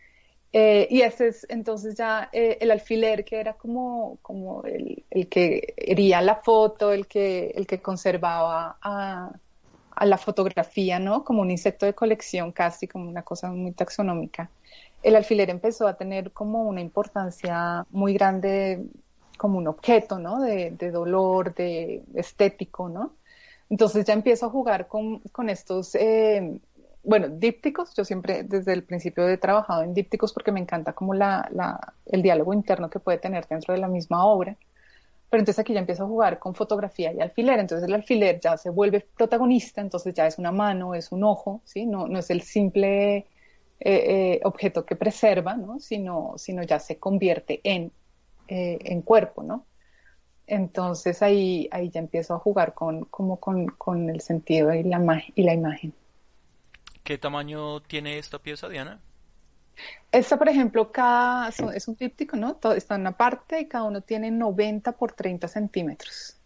G: Eh, y este es entonces ya eh, el alfiler, que era como, como el, el que hería la foto, el que, el que conservaba a, a la fotografía, ¿no? Como un insecto de colección, casi como una cosa muy taxonómica. El alfiler empezó a tener como una importancia muy grande como un objeto, ¿no? De, de dolor, de estético, ¿no? Entonces ya empiezo a jugar con, con estos, eh, bueno, dípticos. Yo siempre desde el principio he trabajado en dípticos porque me encanta como la, la, el diálogo interno que puede tener dentro de la misma obra. Pero entonces aquí ya empiezo a jugar con fotografía y alfiler, entonces el alfiler ya se vuelve protagonista, entonces ya es una mano, es un ojo, ¿sí? No, no es el simple eh, eh, objeto que preserva, ¿no? Sino, sino ya se convierte en, eh, en cuerpo, ¿no? Entonces ahí, ahí ya empiezo a jugar con, como con, con el sentido y la, ma- y la imagen.
C: ¿Qué tamaño tiene esta pieza, Diana?
G: Esta, por ejemplo, cada, son- es un tríptico, ¿no? Todo está en una parte y cada uno tiene noventa por treinta centímetros.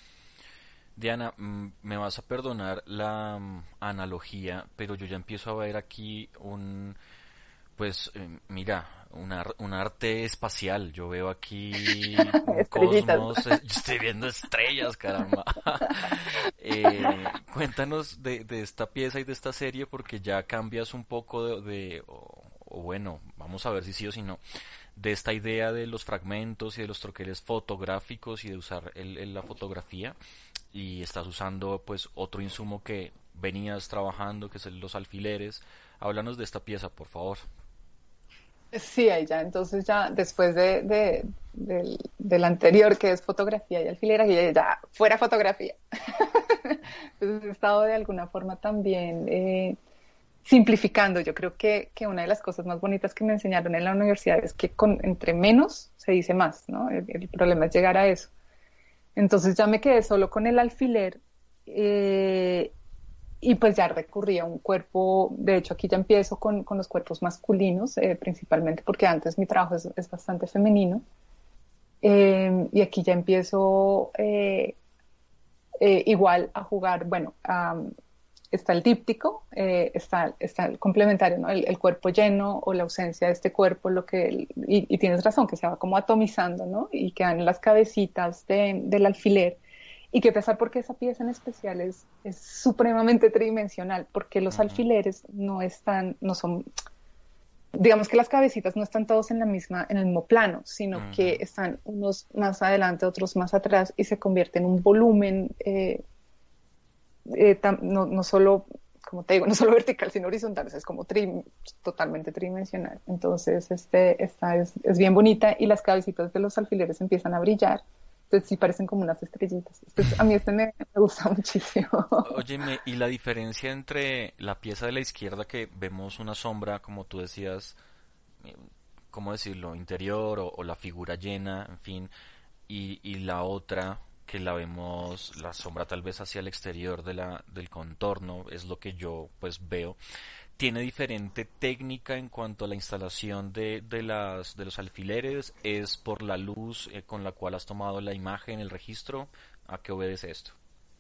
C: Diana, mm, me vas a perdonar la mm, analogía, pero yo ya empiezo a ver aquí un, pues, eh, mira, un, ar- un arte espacial. Yo veo aquí un
G: Estrellitas.
C: cosmos, eh, yo estoy viendo estrellas, caramba. Eh, cuéntanos de, de esta pieza y de esta serie porque ya cambias un poco de, de- o, o bueno, vamos a ver si sí o si no, de esta idea de los fragmentos y de los troqueles fotográficos y de usar el- el- la fotografía y estás usando pues otro insumo que venías trabajando, que son los alfileres. Háblanos de esta pieza, por favor.
G: Sí, ahí ya, entonces ya después de, de- del, del anterior que es fotografía y alfiler, aquí ya, ya fuera fotografía. Entonces he estado de alguna forma también eh, simplificando. Yo creo que, que una de las cosas más bonitas que me enseñaron en la universidad es que con, entre menos se dice más, ¿no? El, el problema es llegar a eso. Entonces ya me quedé solo con el alfiler eh, y pues ya recurrí a un cuerpo, de hecho aquí ya empiezo con, con los cuerpos masculinos, eh, principalmente porque antes mi trabajo es, es bastante femenino. Eh, y aquí ya empiezo eh, eh, igual a jugar, bueno, um, está el díptico, eh, está, está el complementario, ¿no? El, el, cuerpo lleno o la ausencia de este cuerpo, lo que, y, y tienes razón, que se va como atomizando, ¿no? Y quedan las cabecitas de, del alfiler. Y que pesar porque esa pieza en especial es, es supremamente tridimensional, porque los
C: Ujú,
G: alfileres no están, no son, digamos que las cabecitas no están todos en la misma, en el mismo plano, sino
C: ujú.
G: que están unos más adelante, otros más atrás, y se convierte en un volumen eh, eh, tam, no, no solo, como te digo, no solo vertical, sino horizontal, o sea, es como tri, totalmente tridimensional. Entonces, este, esta es, es bien bonita y las cabecitas de los alfileres empiezan a brillar. Entonces sí parecen como unas estrellitas. Este, a mí este me, me gusta muchísimo.
C: Óyeme, y la diferencia entre la pieza de la izquierda que vemos una sombra, como tú decías, eh, ¿cómo decirlo? Interior o, o la figura llena, en fin, y, y la otra que la vemos, la sombra tal vez hacia el exterior de la, del contorno, es lo que yo pues veo. Tiene diferente técnica en cuanto a la instalación de, de las de los alfileres, es por la luz eh, con la cual has tomado la imagen, el registro. ¿A qué obedece esto?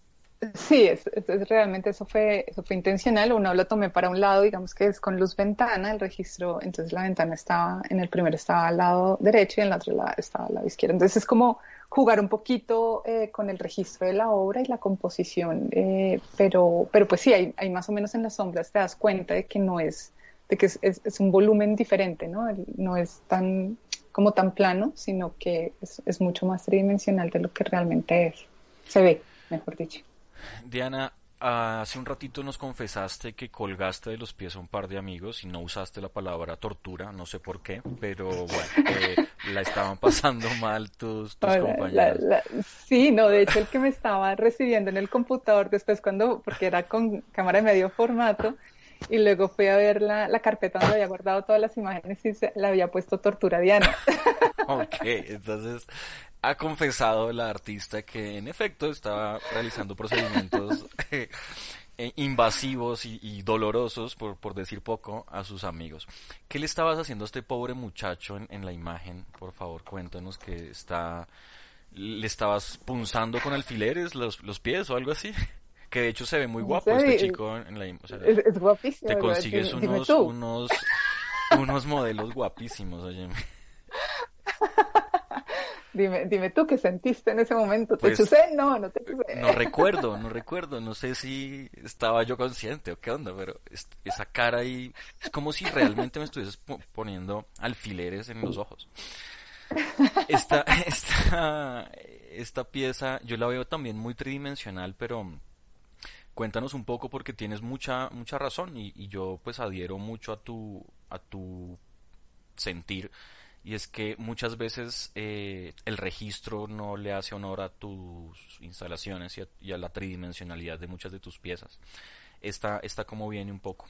G: Sí, es, es- es realmente eso fue, eso fue intencional. Uno lo tomé para un lado, digamos que es con luz ventana, el registro, entonces la ventana estaba, en el primero estaba al lado derecho y en el otro lado estaba al lado izquierdo. Entonces es como jugar un poquito eh, con el registro de la obra y la composición, eh, pero, pero pues sí, hay, hay más o menos en las sombras te das cuenta de que no es, de que es, es- es un volumen diferente, ¿no? El- no es tan, como tan plano, sino que es, es mucho más tridimensional de lo que realmente es. Se ve, mejor dicho.
C: Diana, hace un ratito nos confesaste que colgaste de los pies a un par de amigos y no usaste la palabra tortura, no sé por qué, pero bueno, eh, la estaban pasando mal tus, tus
G: Hola, la-
C: compañeros.
G: la- sí, no, de hecho el que me estaba recibiendo en el computador después cuando, porque era con cámara de medio formato, y luego fui a ver la, la carpeta donde había guardado todas las imágenes y se, le había puesto tortura Diana.
C: Ok, entonces ha confesado la artista que en efecto estaba realizando procedimientos eh, eh, invasivos y, y dolorosos, por, por decir poco, a sus amigos. ¿Qué le estabas haciendo a este pobre muchacho en, en la imagen? Por favor, cuéntanos que está... ¿Le estabas punzando con alfileres los, los pies o algo así? Que de hecho se ve muy
G: No
C: guapo este
G: sé,
C: chico en la... im- o sea,
G: es, es
C: te
G: guapísimo, igual,
C: consigues
G: dime, dime
C: unos,
G: tú.
C: unos, unos modelos guapísimos, oye.
G: Dime, dime tú qué sentiste en ese momento. ¿Te
C: Pues
G: chusé? No, no te
C: no
G: chusé.
C: recuerdo, no recuerdo, no sé si estaba yo consciente o qué onda, pero es- esa cara ahí es como si realmente me estuvieses po- poniendo alfileres en los ojos. Esta, esta, esta pieza yo la veo también muy tridimensional, pero cuéntanos un poco porque tienes mucha, mucha razón y, y yo pues adhiero mucho a tu, a tu sentir y es que muchas veces eh, el registro no le hace honor a tus instalaciones y a, y a la tridimensionalidad de muchas de tus piezas. Esta, esta como viene un poco.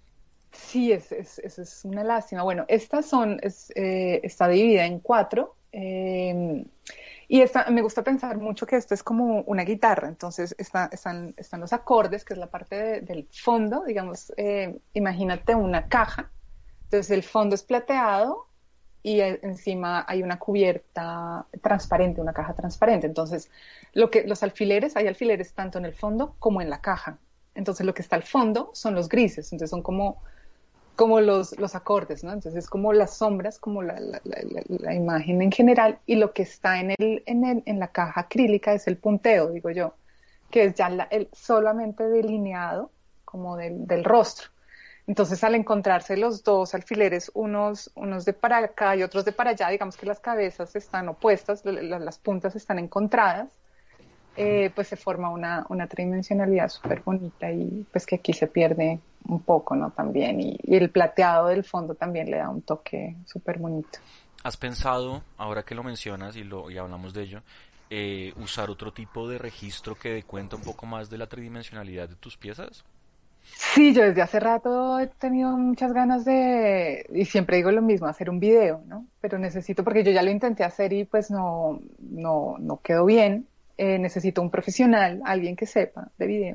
G: Sí, es, es, es, es una lástima. Bueno, estas son, es, eh, está dividida en cuatro. Eh, y esta, me gusta pensar mucho que esto es como una guitarra. Entonces está, están, están los acordes, que es la parte de, del fondo. Digamos, eh, imagínate una caja. Entonces el fondo es plateado y encima hay una cubierta transparente, una caja transparente. Entonces, lo que, los alfileres, hay alfileres tanto en el fondo como en la caja. Entonces lo que está al fondo son los grises. Entonces son como como los, los acordes, ¿no? Entonces es como las sombras, como la, la, la, la imagen en general, y lo que está en, el, en, el, en la caja acrílica es el punteo, digo yo, que es ya la, el solamente delineado como del, del rostro. Entonces al encontrarse los dos alfileres, unos, unos de para acá y otros de para allá, digamos que las cabezas están opuestas, las puntas están encontradas, eh, pues se forma una, una tridimensionalidad súper bonita y pues que aquí se pierde un poco, ¿no? También, y, y el plateado del fondo también le da un toque súper bonito.
C: ¿Has pensado, ahora que lo mencionas y, lo, y hablamos de ello, eh, usar otro tipo de registro que dé cuenta un poco más de la tridimensionalidad de tus piezas?
G: Sí, yo desde hace rato he tenido muchas ganas de, y siempre digo lo mismo, hacer un video, ¿no? Pero necesito, porque yo ya lo intenté hacer y pues no, no, no quedó bien. Eh, necesito un profesional, alguien que sepa de video.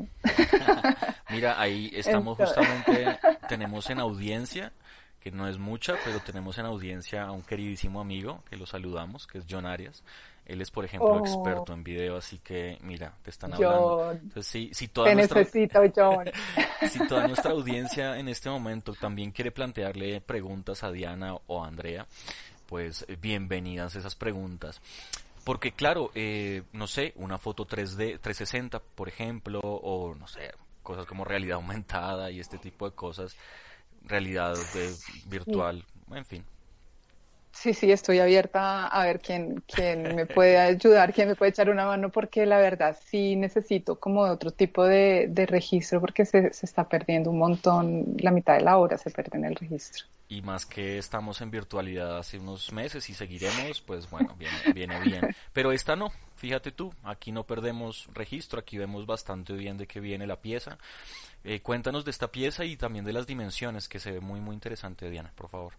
C: Mira, ahí estamos
G: Entonces...
C: justamente, tenemos en audiencia, que no es mucha, pero tenemos en audiencia a un queridísimo amigo, que lo saludamos, que es John Arias. Él es, por ejemplo,
G: Oh,
C: experto en video, así que, mira, te están
G: John,
C: hablando. Entonces, si, si toda
G: te
C: nuestra,
G: necesito, John.
C: si toda nuestra audiencia en este momento también quiere plantearle preguntas a Diana o a Andrea, pues bienvenidas esas preguntas. Porque claro, eh, no sé, una foto tres D, trescientos sesenta, por ejemplo, o no sé, cosas como realidad aumentada y este tipo de cosas, realidad de, virtual, en fin.
G: Sí, sí, estoy abierta a ver quién, quién me puede ayudar, quién me puede echar una mano, porque la verdad sí necesito como otro tipo de, de registro, porque se, se está perdiendo un montón, la mitad de la hora se pierde en el registro.
C: Y más que estamos en virtualidad hace unos meses y seguiremos, pues bueno, viene, viene bien. Pero esta no, fíjate tú, aquí no perdemos registro, aquí vemos bastante bien de qué viene la pieza. Eh, cuéntanos de esta pieza y también de las dimensiones, que se ve muy muy interesante, Diana, por favor.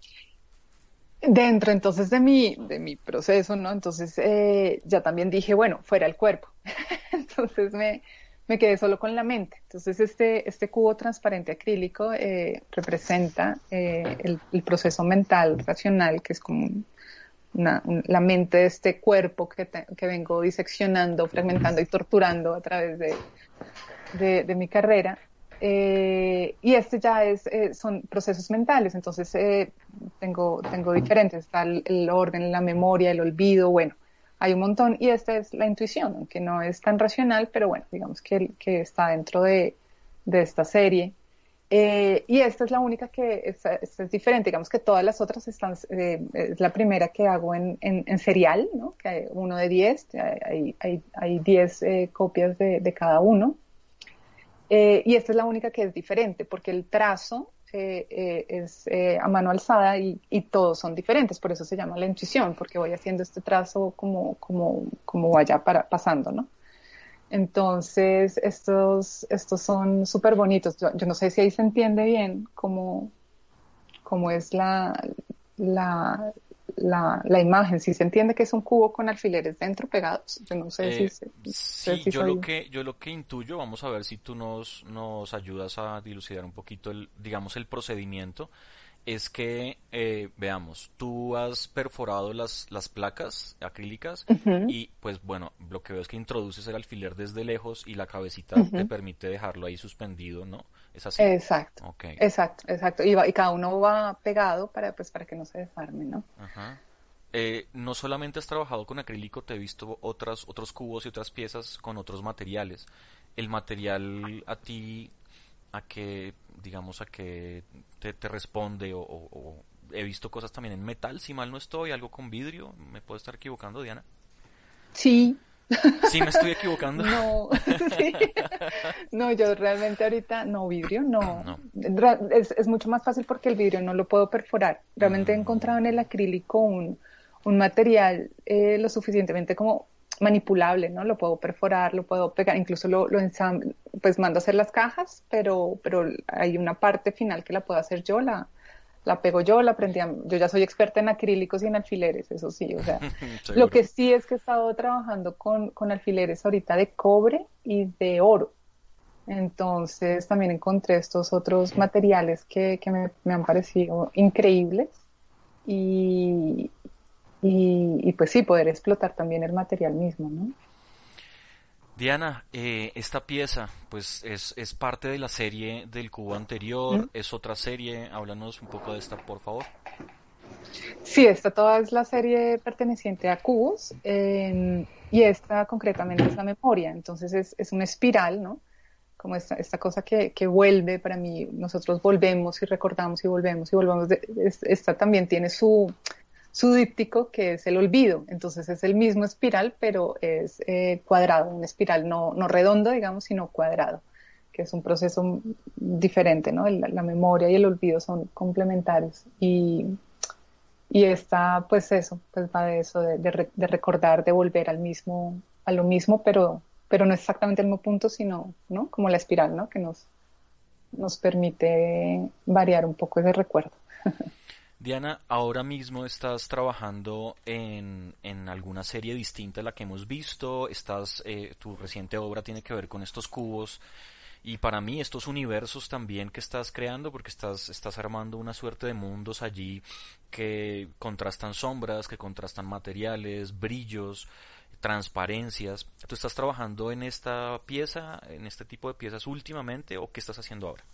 G: Dentro entonces de mi, de mi proceso, ¿no? Entonces eh, ya también dije, bueno, fuera el cuerpo. Entonces me, me quedé solo con la mente. Entonces este, este cubo transparente acrílico eh, representa eh, el, el proceso mental racional, que es como una, un, la mente de este cuerpo que, te, que vengo diseccionando, fragmentando y torturando a través de, de, de mi carrera. Eh, y este ya es, eh, son procesos mentales, entonces eh, tengo, tengo diferentes, está el, el orden, la memoria, el olvido, bueno, hay un montón, y esta es la intuición, aunque no es tan racional, pero bueno, digamos que, que está dentro de, de esta serie. Eh, y esta es la única que esta, esta es diferente, digamos que todas las otras están, eh, es la primera que hago en, en, en serial, ¿no? Que hay uno de diez, hay, hay, hay diez eh, copias de, de cada uno. Eh, y esta es la única que es diferente, porque el trazo eh, eh, es eh, a mano alzada y, y todos son diferentes, por eso se llama la intuición, porque voy haciendo este trazo como, como, como vaya para, pasando, ¿no? Entonces, estos, estos son súper bonitos. Yo, yo no sé si ahí se entiende bien cómo, cómo es la, la, la, la imagen, si se entiende que es un cubo con alfileres dentro pegados. Yo no sé
C: Eh,
G: si... Se,
C: sí,
G: si
C: yo
G: soy...
C: lo que yo lo que intuyo, vamos a ver si tú nos nos ayudas a dilucidar un poquito el, digamos, el procedimiento, es que eh, veamos, tú has perforado las las placas acrílicas
G: Uh-huh.
C: y pues bueno, lo que veo es que introduces el alfiler desde lejos y la cabecita te
G: Uh-huh.
C: permite dejarlo ahí suspendido, ¿no? ¿Es así?
G: Exacto,
C: Okay.
G: exacto, exacto. Y, va, y cada uno va pegado para, pues, para que no se desarme, ¿no?
C: Ajá. Eh, no solamente has trabajado con acrílico, te he visto otras, otros cubos y otras piezas con otros materiales. ¿El material a ti, a qué, digamos, a qué te, te responde? O, o- o he visto cosas también en metal, si mal no estoy, algo con vidrio. ¿Me puedo estar equivocando, Diana?
G: Sí,
C: Sí, me estoy equivocando.
G: No, sí. No, yo realmente ahorita, no, vidrio no.
C: No.
G: Ra- Es, es mucho más fácil porque el vidrio no lo puedo perforar. Realmente he
C: Mm.
G: encontrado en el acrílico un, un material eh, lo suficientemente como manipulable, ¿no? Lo puedo perforar, lo puedo pegar, incluso lo, lo ensamblo, pues mando a hacer las cajas, pero, pero hay una parte final que la puedo hacer yo, la, la pego yo, la aprendí, a- yo ya soy experta en acrílicos y en alfileres, eso sí, o sea,
C: Seguro.
G: lo que sí es que he estado trabajando con, con alfileres ahorita de cobre y de oro. Entonces también encontré estos otros materiales que, que me, me han parecido increíbles y, y, y pues sí, poder explotar también el material mismo, ¿no?
C: Diana, eh, esta pieza, pues es, es parte de la serie del cubo
G: ¿Mm?
C: anterior, es otra serie, háblanos un poco de esta, por favor.
G: Sí, esta toda es la serie perteneciente a cubos eh, y esta concretamente es la memoria, entonces es, es una espiral, ¿no? Como esta, esta cosa que, que vuelve para mí, nosotros volvemos y recordamos y volvemos y volvemos, de- es- esta también tiene su, su díptico que es el olvido, entonces es el mismo espiral pero es eh, cuadrado, una espiral no, no redondo, digamos, sino cuadrado, que es un proceso diferente, ¿no? El- la memoria y el olvido son complementarios y y esta, pues eso, pues va de eso, de, de, re- de recordar, de volver al mismo, a lo mismo, pero, pero no exactamente al mismo punto, sino, ¿no? Como la espiral, ¿no? Que nos, nos permite variar un poco ese recuerdo.
C: Diana, ahora mismo estás trabajando en, en alguna serie distinta a la que hemos visto, estás, eh, tu reciente obra tiene que ver con estos cubos y para mí estos universos también que estás creando, porque estás, estás armando una suerte de mundos allí que contrastan sombras, que contrastan materiales, brillos, transparencias. ¿Tú estás trabajando en esta pieza, en este tipo de piezas últimamente o qué estás haciendo ahora?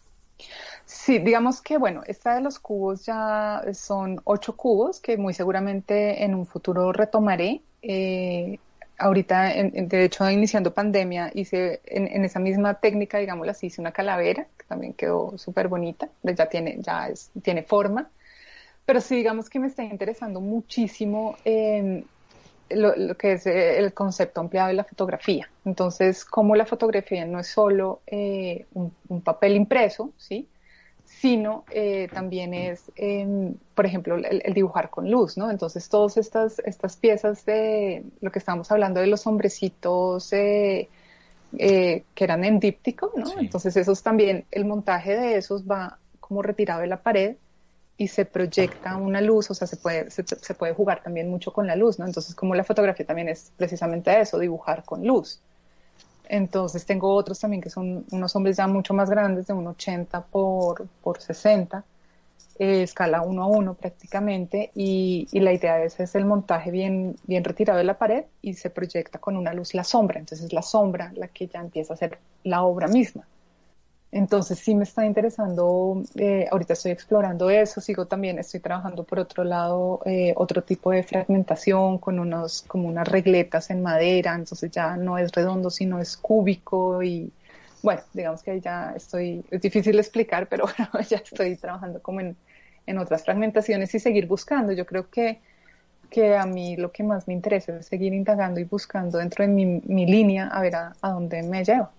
G: Sí, digamos que, bueno, esta de los cubos ya son ocho cubos que muy seguramente en un futuro retomaré. Eh, ahorita, en- en- de hecho, iniciando pandemia, hice en, en esa misma técnica, digámoslo así, hice una calavera que también quedó súper bonita, ya tiene, ya es, tiene forma. Pero sí, digamos que me está interesando muchísimo eh, lo, lo que es eh, el concepto ampliado de la fotografía. Entonces, cómo la fotografía no es solo eh, un, un papel impreso, ¿sí? Sino eh, también es, eh, por ejemplo, el, el dibujar con luz, ¿no? Entonces, todas estas, estas piezas de lo que estábamos hablando de los hombrecitos eh, eh, que eran en díptico, ¿no?
C: Sí.
G: Entonces, esos también, el montaje de esos va como retirado de la pared y se proyecta una luz, o sea, se puede, se, se puede jugar también mucho con la luz, ¿no? Entonces, como la fotografía también es precisamente eso, dibujar con luz. Entonces, tengo otros también que son unos hombres ya mucho más grandes, de uno ochenta por, por sesenta, eh, escala uno a uno prácticamente, y, y la idea es, es el montaje bien, bien retirado de la pared y se proyecta con una luz la sombra, entonces es la sombra la que ya empieza a ser la obra misma. Entonces sí me está interesando, eh, ahorita estoy explorando eso, sigo también, estoy trabajando por otro lado, eh, otro tipo de fragmentación con unos, como unas regletas en madera, entonces ya no es redondo sino es cúbico y bueno, digamos que ahí ya estoy, es difícil de explicar, pero bueno, ya estoy trabajando como en, en otras fragmentaciones y seguir buscando. Yo creo que, que a mí lo que más me interesa es seguir indagando y buscando dentro de mi, mi línea a ver a, a dónde me lleva.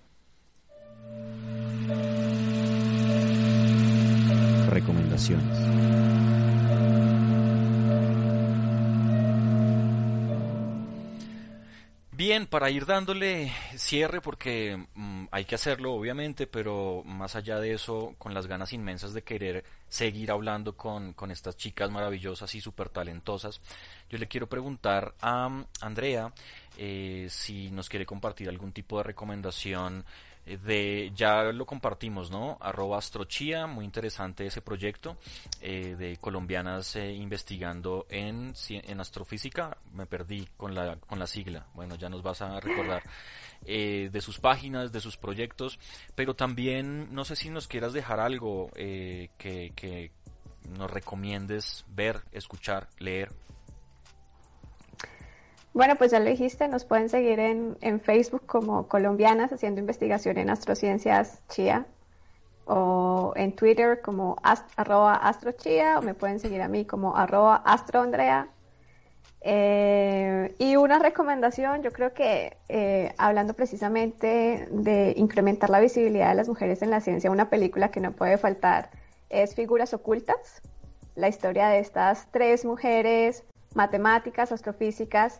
A: Recomendaciones.
C: Bien, para ir dándole cierre, porque mm, hay que hacerlo obviamente, pero más allá de eso, con las ganas inmensas de querer seguir hablando con, con estas chicas maravillosas y súper talentosas, yo le quiero preguntar a mm, Andrea eh, si nos quiere compartir algún tipo de recomendación eh, de, ya lo compartimos, ¿no? Arroba astrochía, muy interesante ese proyecto eh, de colombianas eh, investigando en, ci- en astrofísica, me perdí con la, con la sigla, bueno, ya nos vas a recordar, eh, de sus páginas, de sus proyectos, pero también no sé si nos quieras dejar algo eh, que, que nos recomiendes ver, escuchar, leer.
F: Bueno, pues ya lo dijiste, nos pueden seguir en, en Facebook como colombianas haciendo investigación en astrociencias chía o en Twitter como ast arroba astrochía o me pueden seguir a mí como arroba astroandrea. Eh, y una recomendación, yo creo que eh, hablando precisamente de incrementar la visibilidad de las mujeres en la ciencia, una película que no puede faltar es Figuras Ocultas, la historia de estas tres mujeres matemáticas, astrofísicas,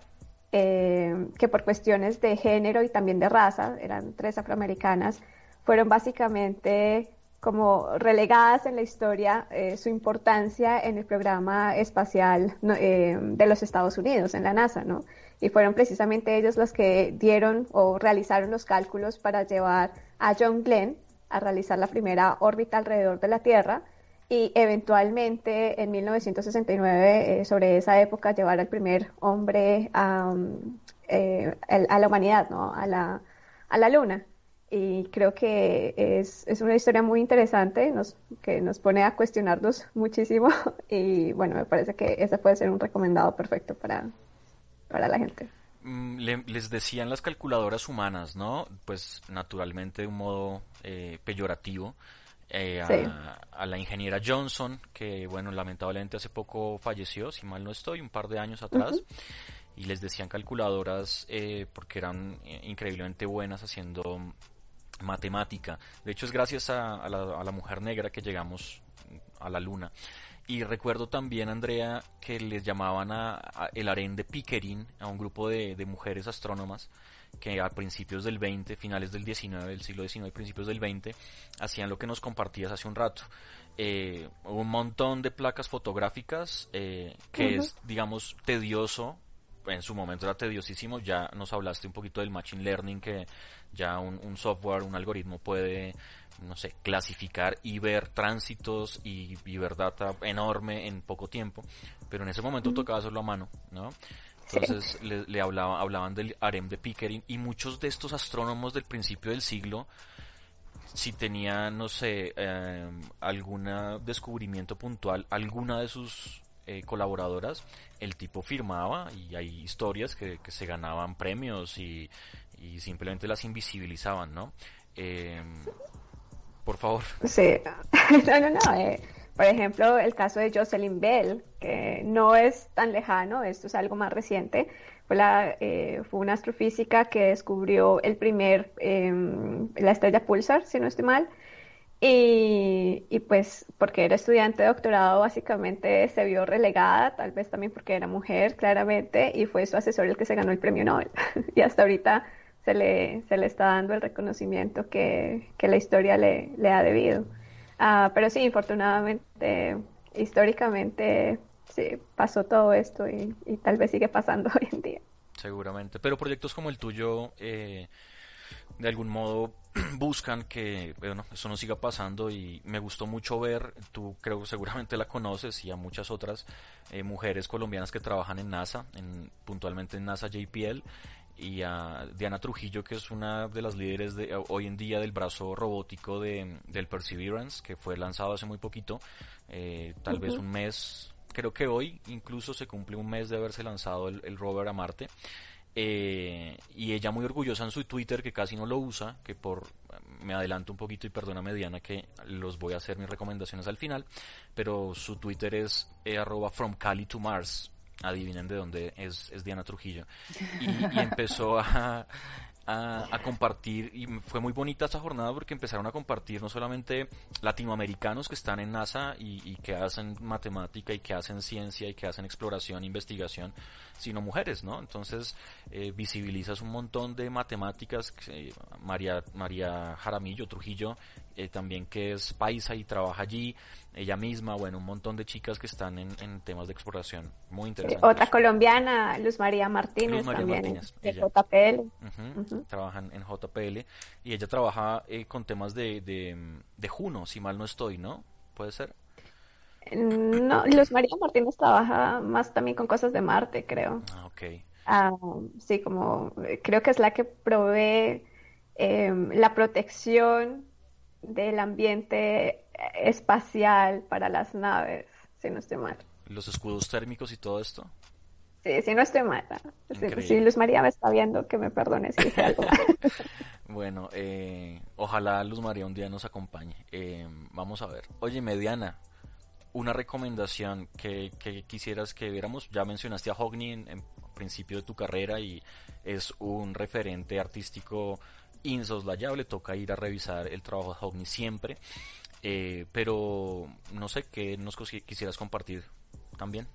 F: eh, que por cuestiones de género y también de raza, eran tres afroamericanas, fueron básicamente como relegadas en la historia, eh, su importancia en el programa espacial no, eh, de los Estados Unidos, en la NASA, ¿no? Y fueron precisamente ellos los que dieron o realizaron los cálculos para llevar a John Glenn a realizar la primera órbita alrededor de la Tierra y eventualmente en mil novecientos sesenta y nueve, eh, sobre esa época, llevar al primer hombre a, um, eh, a la humanidad, ¿no? A la, a la Luna. Y creo que es, es una historia muy interesante, nos, que nos pone a cuestionarnos muchísimo y bueno, me parece que ese puede ser un recomendado perfecto para, para la gente.
C: Le, les decían las calculadoras humanas, ¿no? Pues naturalmente de un modo eh, peyorativo eh, a, sí. a la ingeniera Johnson, que bueno, lamentablemente hace poco falleció, si mal no estoy, un par de años atrás. Uh-huh. Y les decían calculadoras eh, porque eran eh, increíblemente buenas haciendo matemática. De hecho es gracias a, a, la, a la mujer negra que llegamos a la luna. Y recuerdo también, Andrea, que les llamaban a, a el harén de Pickering, a un grupo de, de mujeres astrónomas que a principios del veinte, finales del diecinueve, del siglo diecinueve, principios del veinte, hacían lo que nos compartías hace un rato. Eh, un montón de placas fotográficas eh, que uh-huh. es, digamos, tedioso. En su momento era tediosísimo. Ya nos hablaste un poquito del machine learning, que ya un, un software, un algoritmo puede, no sé, clasificar y ver tránsitos y, y ver data enorme en poco tiempo, pero en ese momento mm. tocaba hacerlo a mano, ¿no? Entonces sí. le, le hablaba, hablaban del harem de Pickering, y muchos de estos astrónomos del principio del siglo, si tenían, no sé, eh, algún descubrimiento puntual, alguna de sus Eh, colaboradoras, el tipo firmaba, y hay historias que, que se ganaban premios y, y simplemente las invisibilizaban, ¿no? Eh, por favor.
F: Sí, no, no, no. Eh, por ejemplo, el caso de Jocelyn Bell, que no es tan lejano, esto es algo más reciente. Fue, la, eh, fue una astrofísica que descubrió el primer, eh, la estrella Pulsar, si no estoy mal. Y, y pues porque era estudiante de doctorado básicamente se vio relegada, tal vez también porque era mujer claramente, y fue su asesor el que se ganó el premio Nobel. Y hasta ahorita se le, se le está dando el reconocimiento que, que la historia le, le ha debido. Uh, pero sí, infortunadamente, históricamente sí, pasó todo esto y, y tal vez sigue pasando hoy en día.
C: Seguramente, pero proyectos como el tuyo eh, de algún modo buscan que, bueno, eso no siga pasando, y me gustó mucho ver, tú creo que seguramente la conoces, y a muchas otras eh, mujeres colombianas que trabajan en NASA, en, puntualmente en NASA J P L, y a Diana Trujillo, que es una de las líderes de, hoy en día del brazo robótico de, del Perseverance, que fue lanzado hace muy poquito, eh, tal uh-huh. vez un mes, creo que hoy incluso se cumple un mes de haberse lanzado el, el rover a Marte. Eh, y ella muy orgullosa en su Twitter, que casi no lo usa, que por me adelanto un poquito y perdóname, Diana, que los voy a hacer mis recomendaciones al final, pero su Twitter es eh, arroba from Cali to Mars, adivinen de dónde es, es Diana Trujillo, y, y empezó a, a, a compartir, y fue muy bonita esta jornada porque empezaron a compartir no solamente latinoamericanos que están en NASA y, y que hacen matemática y que hacen ciencia y que hacen exploración, investigación, sino mujeres, ¿no? Entonces eh, visibilizas un montón de matemáticas. eh, María María Jaramillo Trujillo, eh, también, que es paisa y trabaja allí, ella misma, bueno, un montón de chicas que están en, en temas de exploración, muy interesante.
F: Eh, otra colombiana, Luz María Martínez, Luz María también,
C: Martínez,
F: de
C: ella,
F: J P L.
C: Uh-huh, uh-huh. Trabajan en J P L, y ella trabaja eh, con temas de, de, de Juno, si mal no estoy, ¿no? ¿Puede ser?
F: No, Luz María Martínez trabaja más también con cosas de Marte, creo.
C: Ah, ok.
F: Uh, sí, como creo que es la que provee eh, la protección del ambiente espacial para las naves, si no estoy mal.
C: ¿Los escudos térmicos y todo esto?
F: Sí, si no estoy mal. Si, si Luz María me está viendo, que me perdone si dije algo mal.
C: Bueno, eh, ojalá Luz María un día nos acompañe. Eh, vamos a ver. Oye, Mediana, una recomendación que, que quisieras que viéramos. Ya mencionaste a Hogney en, en principio de tu carrera y es un referente artístico insoslayable, toca ir a revisar el trabajo de Hogney siempre, eh, pero no sé qué nos quisieras compartir también.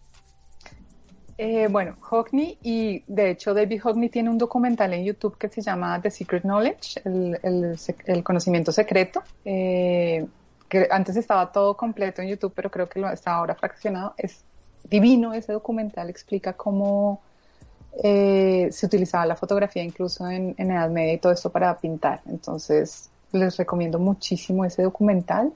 G: Eh, bueno, Hogney, y de hecho David Hogney tiene un documental en YouTube que se llama The Secret Knowledge, el, el, el conocimiento secreto, eh, que antes estaba todo completo en YouTube, pero creo que lo está ahora fraccionado. Es divino ese documental, explica cómo eh, se utilizaba la fotografía incluso en, en Edad Media y todo esto para pintar. Entonces les recomiendo muchísimo ese documental.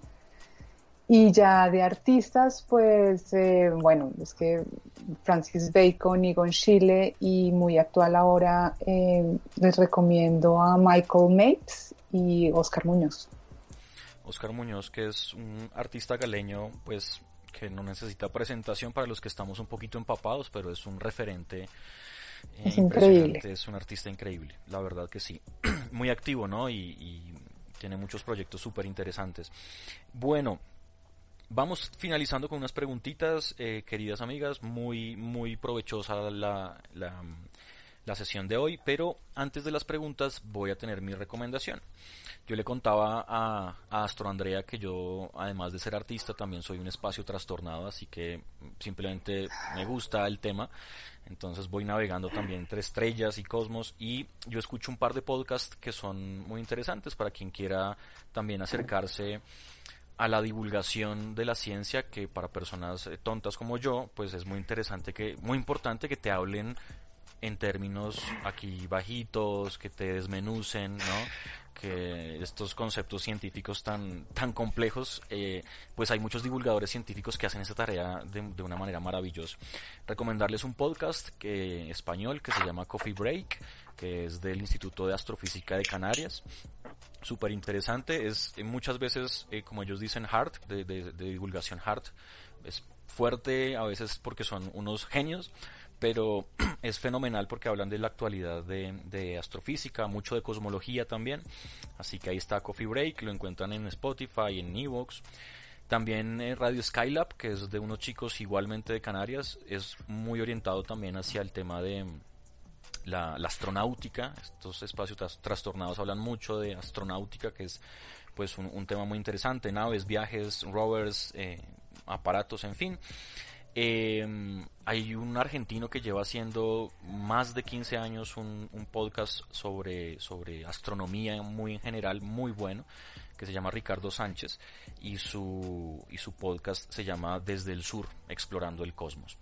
G: Y ya de artistas, pues eh, bueno, es que Francis Bacon, Egon Schiele, y muy actual ahora eh, les recomiendo a Michael Mates y Oscar Muñoz.
C: Oscar Muñoz, que es un artista galeño, pues que no necesita presentación para los que estamos un poquito empapados, pero es un referente eh,
G: es
C: impresionante,
G: increíble.
C: Es un artista increíble, la verdad que sí. Muy activo, ¿no? Y, y tiene muchos proyectos súper interesantes. Bueno, vamos finalizando con unas preguntitas, eh, queridas amigas, muy, muy provechosa la, la, la sesión de hoy, pero antes de las preguntas voy a tener mi recomendación. Yo le contaba a, a Astro Andrea que yo, además de ser artista, también soy un espacio trastornado, así que simplemente me gusta el tema. Entonces voy navegando también entre estrellas y cosmos, y yo escucho un par de podcasts que son muy interesantes para quien quiera también acercarse a la divulgación de la ciencia, que para personas eh, tontas como yo, pues es muy interesante, que muy importante que te hablen en términos aquí bajitos, que te desmenucen, ¿no? Que estos conceptos científicos tan tan complejos, eh, pues hay muchos divulgadores científicos que hacen esa tarea de, de una manera maravillosa. Recomendarles un podcast que, español que se llama Coffee Break, que es del Instituto de Astrofísica de Canarias. Súper interesante, es eh, muchas veces, eh, como ellos dicen, hard, de, de, de divulgación hard, es fuerte a veces porque son unos genios, pero es fenomenal porque hablan de la actualidad de, de astrofísica, mucho de cosmología también, así que ahí está Coffee Break, lo encuentran en Spotify, en Evox. También eh, Radio Skylab, que es de unos chicos igualmente de Canarias, es muy orientado también hacia el tema de la, la astronáutica. Estos espacios tras, trastornados hablan mucho de astronáutica, que es pues un, un tema muy interesante, naves, viajes, rovers, eh, aparatos, en fin. Eh, hay un argentino que lleva haciendo más de quince años un, un podcast sobre, sobre astronomía muy en general, muy bueno, que se llama Ricardo Sánchez, y su, y su podcast se llama Desde el Sur, Explorando el Cosmos.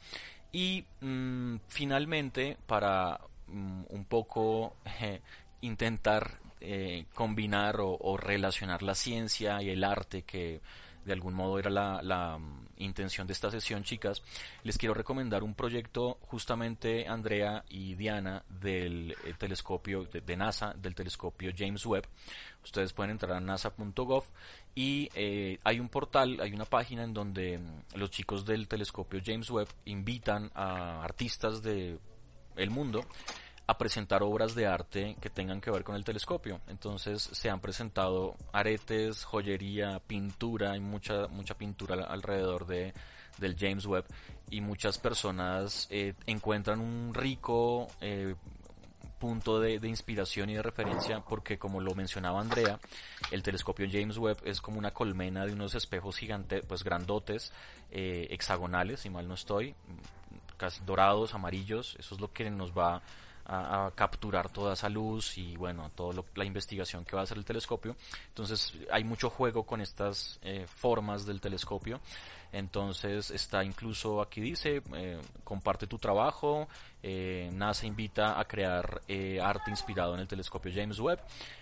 C: Y mmm, finalmente, para mmm, un poco eh, intentar eh, combinar o, o relacionar la ciencia y el arte, que de algún modo era la, la um, intención de esta sesión, chicas, les quiero recomendar un proyecto, justamente Andrea y Diana, del eh, telescopio de, de NASA, del telescopio James Webb. Ustedes pueden entrar a nasa punto gov y eh, hay un portal, hay una página en donde um, los chicos del telescopio James Webb invitan a artistas de el mundo a presentar obras de arte que tengan que ver con el telescopio. Entonces se han presentado aretes, joyería, pintura, hay mucha mucha pintura alrededor de del James Webb, y muchas personas eh, encuentran un rico eh, punto de, de inspiración y de referencia, porque como lo mencionaba Andrea, el telescopio James Webb es como una colmena de unos espejos gigantes, pues grandotes, eh, hexagonales, si mal no estoy, casi dorados, amarillos. Eso es lo que nos va A, a capturar toda esa luz y bueno, toda la investigación que va a hacer el telescopio. Entonces hay mucho juego con estas eh, formas del telescopio. Entonces está incluso, aquí dice, eh, comparte tu trabajo, eh, NASA invita a crear eh, arte inspirado en el telescopio James Webb,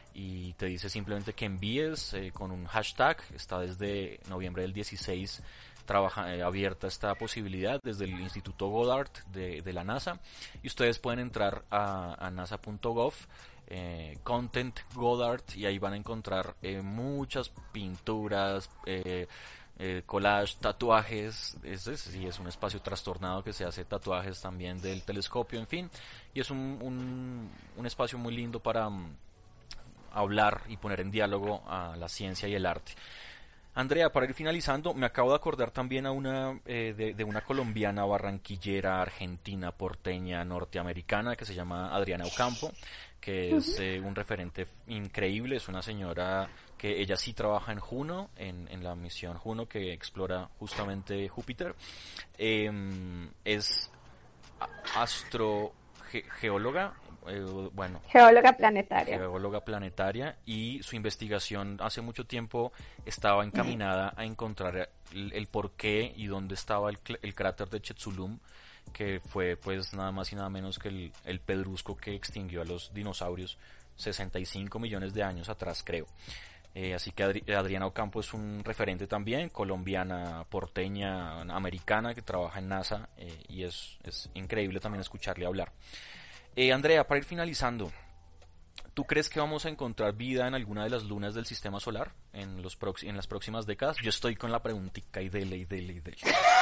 C: y te dice simplemente que envíes eh, con un hashtag. Está desde noviembre del dieciséis trabaja, eh, abierta esta posibilidad desde el Instituto Goddard de, de la NASA, y ustedes pueden entrar a, a nasa punto gov, eh, Content Goddard, y ahí van a encontrar eh, muchas pinturas, eh, eh, collage, tatuajes. Ese sí es un espacio trastornado que se hace tatuajes también del telescopio, en fin, y es un, un, un espacio muy lindo para um, hablar y poner en diálogo a la ciencia y el arte. Andrea, para ir finalizando, me acabo de acordar también a una eh, de, de una colombiana, barranquillera, argentina, porteña, norteamericana que se llama Adriana Ocampo, que es eh, un referente increíble. Es una señora que ella sí trabaja en Juno, en, en la misión Juno que explora justamente Júpiter. Eh, es astrogeóloga. Eh, bueno,
F: Geóloga planetaria.
C: geóloga planetaria, y su investigación hace mucho tiempo estaba encaminada a encontrar el, el por qué y dónde estaba el, cl- el cráter de Chicxulub, que fue pues nada más y nada menos que el, el pedrusco que extinguió a los dinosaurios sesenta y cinco millones de años atrás, creo. Eh, así que Adri- Adriana Ocampo es un referente también, colombiana, porteña, americana, que trabaja en NASA, eh, y es, es increíble también escucharle hablar. Eh, Andrea, para ir finalizando, ¿tú crees que vamos a encontrar vida en alguna de las lunas del sistema solar en, los prox- en las próximas décadas? Yo estoy con la preguntica y dele, y dele, y dele.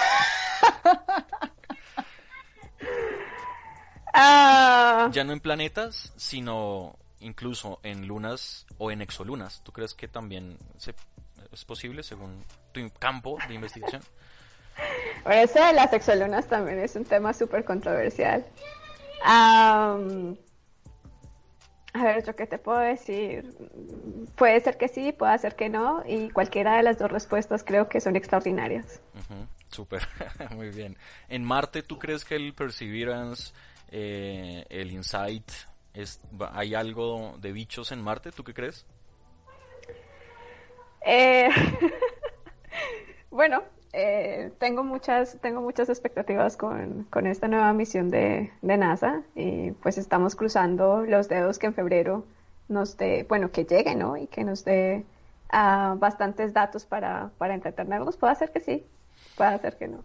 F: Ah,
C: Ya no en planetas, sino incluso en lunas o en exolunas. ¿Tú crees que también se- es posible según tu campo de investigación?
F: bueno, eso de las exolunas también es un tema súper controversial. Am, a ver, ¿yo qué te puedo decir? Puede ser que sí, puede ser que no, y cualquiera de las dos respuestas creo que son extraordinarias.
C: Ujú, súper, muy bien. En Marte, ¿tú crees que el Perseverance, eh, el Insight, es, va- hay algo de bichos en Marte? ¿Tú qué crees?
F: Eh, bueno, eh, tengo muchas, tengo muchas expectativas con, con esta nueva misión de, de NASA, y pues estamos cruzando los dedos que en febrero nos dé, bueno, que llegue, ¿no? Y que nos dé ah, bastantes datos para, para entretenernos. Puede ser que sí, puede ser que no.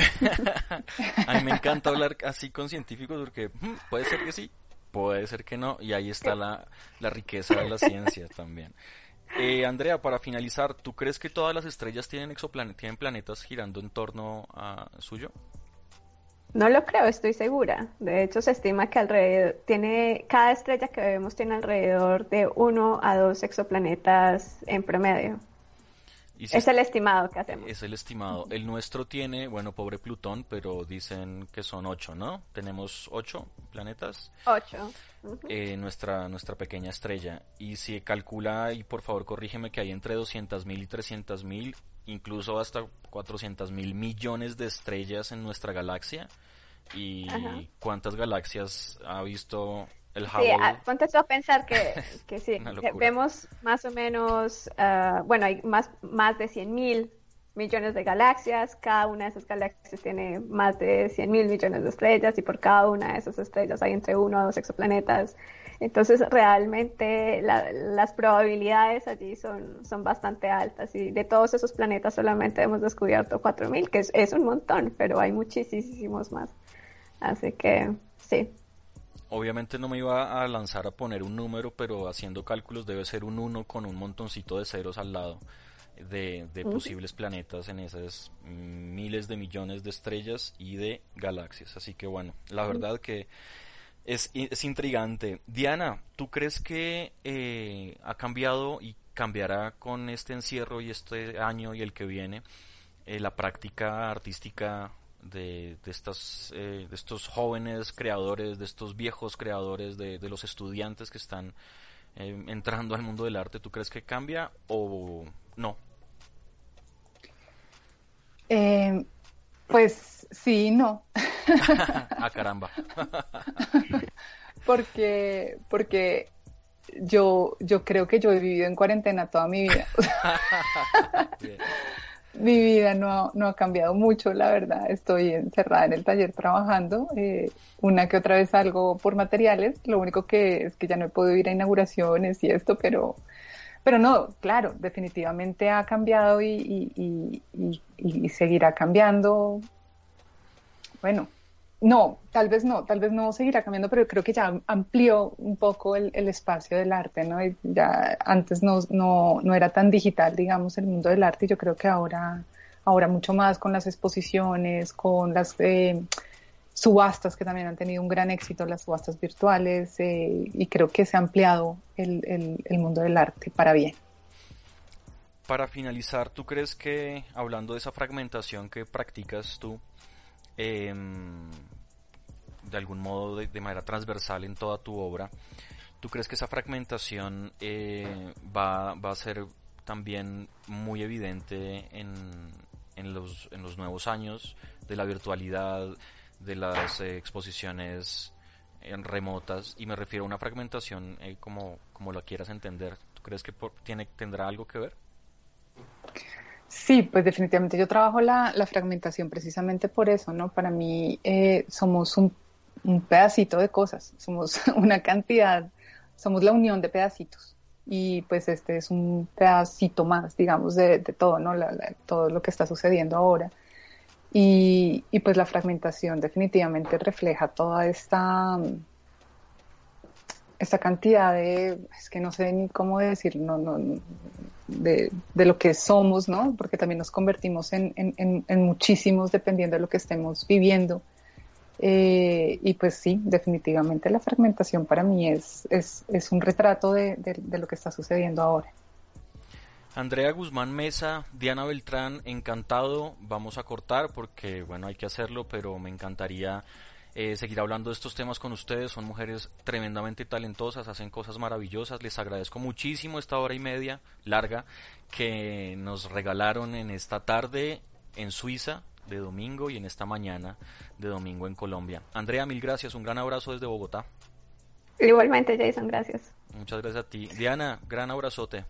C: A mí me encanta hablar así con científicos porque mm, puede ser que sí, puede ser que no, y ahí está la, la riqueza de la ciencia también. Eh, Andrea, para finalizar, ¿tú crees que todas las estrellas tienen exoplanetas, tienen planetas girando en torno a suyo?
F: No lo creo, estoy segura. De hecho, se estima que alrededor tiene, cada estrella que vemos tiene alrededor de uno a dos exoplanetas en promedio.
C: Y si
F: Es el estimado que hacemos.
C: es el estimado. El nuestro tiene, bueno, pobre Plutón, pero dicen que son ocho, ¿no? Tenemos ocho planetas,
F: Ocho. Ujú.
C: eh, nuestra, nuestra pequeña estrella. Y si calcula, y por favor corrígeme, que hay entre doscientos mil y trescientos mil, incluso hasta cuatrocientos mil millones de estrellas en nuestra galaxia. ¿Y
F: Ajá.
C: cuántas galaxias ha visto el
F: Sí,
C: Hubble?
F: ah, ponte tú a pensar que, que sí,
C: Una
F: que
C: locura.
F: vemos más o menos, ah, bueno, hay más, más de cien mil millones de galaxias, cada una de esas galaxias tiene más de cien mil millones de estrellas, y por cada una de esas estrellas hay entre uno a dos exoplanetas. Entonces, realmente la- las probabilidades allí son, son bastante altas, y de todos esos planetas solamente hemos descubierto cuatro mil, que es, es un montón, pero hay muchísimos más. Así que, sí.
C: Obviamente no me iba a lanzar a poner un número, pero haciendo cálculos debe ser un uno con un montoncito de ceros al lado de, de
F: Ujú.
C: posibles planetas en esas miles de millones de estrellas y de galaxias. Así que bueno, la verdad que es, es intrigante. Diana, ¿tú crees que eh, ha cambiado y cambiará con este encierro y este año y el que viene eh, la práctica artística de, de, estas, eh, de estos jóvenes creadores, de estos viejos creadores, de, de los estudiantes que están eh, entrando al mundo del arte? ¿Tú crees que cambia o no?
G: Eh, pues sí, no,
C: Ah, caramba.
G: porque, porque yo, yo creo que yo he vivido en cuarentena toda mi vida.
C: Bien.
G: Mi vida no ha, no ha cambiado mucho, la verdad. Estoy encerrada en el taller trabajando. Eh, una que otra vez salgo por materiales. Lo único que es que ya no he podido ir a inauguraciones y esto, pero, pero no, claro, definitivamente ha cambiado y, y, y, y, y seguirá cambiando. Bueno, no, tal vez no, tal vez no seguirá cambiando, pero creo que ya amplió un poco el, el espacio del arte, ¿no? Y ya antes no, no, no era tan digital, digamos, el mundo del arte, y yo creo que ahora, ahora mucho más con las exposiciones, con las eh, subastas que también han tenido un gran éxito, las subastas virtuales, eh, y creo que se ha ampliado el, el, el mundo del arte para bien.
C: para finalizar, ¿tú crees que, hablando de esa fragmentación que practicas tú, eh, de algún modo, de, de manera transversal en toda tu obra, ¿tú crees que esa fragmentación eh, va, va a ser también muy evidente en, en, los, en los nuevos años de la virtualidad, de las eh, exposiciones en remotas? Y me refiero a una fragmentación eh, como, como la quieras entender. ¿Tú crees que por, tiene, tendrá algo que ver?
G: Sí, pues definitivamente yo trabajo la, la fragmentación precisamente por eso, ¿no? Para mí eh, somos un, un pedacito de cosas, somos una cantidad, somos la unión de pedacitos y pues este es un pedacito más, digamos, de, de todo, ¿no? La, la, todo lo que está sucediendo ahora. Y, y pues la fragmentación definitivamente refleja toda esta... esta cantidad de, es que no sé ni cómo decir, no, no, de, de lo que somos, ¿no? Porque también nos convertimos en, en, en muchísimos dependiendo de lo que estemos viviendo. Eh, y pues sí, definitivamente la fragmentación para mí es, es, es un retrato de, de, de lo que está sucediendo ahora.
C: Andrea Guzmán Mesa, Diana Beltrán, encantado. Vamos a cortar porque, bueno, hay que hacerlo, pero me encantaría Eh, seguir hablando de estos temas con ustedes. Son mujeres tremendamente talentosas, hacen cosas maravillosas. Les agradezco muchísimo esta hora y media larga que nos regalaron en esta tarde en Suiza de domingo y en esta mañana de domingo en Colombia. Andrea, mil gracias, un gran abrazo desde Bogotá.
F: Igualmente, Jason, gracias.
C: Muchas gracias a ti. Diana, gran abrazote.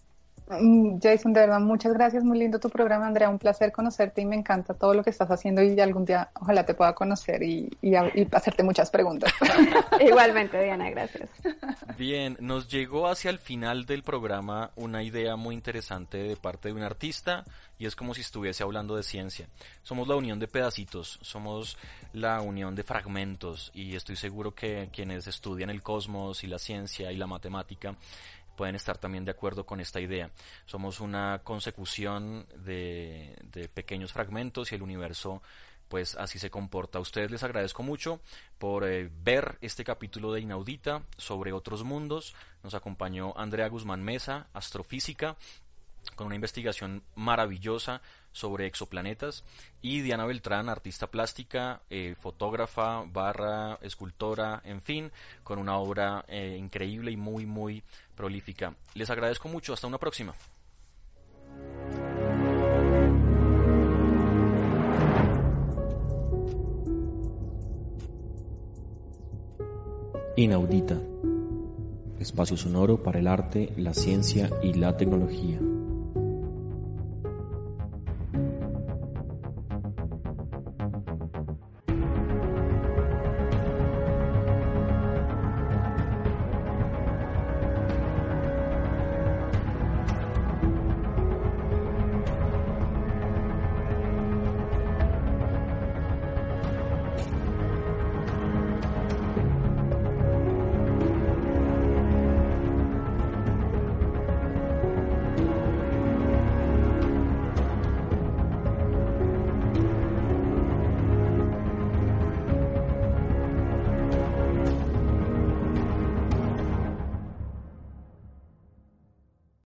G: Jason, de verdad, muchas gracias, muy lindo tu programa, Andrea, un placer conocerte y me encanta todo lo que estás haciendo y algún día ojalá te pueda conocer y, y, y hacerte muchas preguntas.
F: Igualmente, Diana, gracias.
C: Bien, nos llegó hacia el final del programa una idea muy interesante de parte de un artista y es como si estuviese hablando de ciencia. Somos la unión de pedacitos, somos la unión de fragmentos y estoy seguro que quienes estudian el cosmos y la ciencia y la matemática pueden estar también de acuerdo con esta idea. Somos una consecución de, de pequeños fragmentos y el universo pues así se comporta. A ustedes les agradezco mucho por eh, ver este capítulo de Inaudita sobre otros mundos. Nos acompañó Andrea Guzmán Mesa, astrofísica, con una investigación maravillosa sobre exoplanetas, y Diana Beltrán, artista plástica, eh, fotógrafa, barra, escultora, en fin, con una obra eh, increíble y muy muy prolífica. Les agradezco mucho, hasta una próxima.
A: Inaudita. Espacio sonoro para el arte, la ciencia y la tecnología.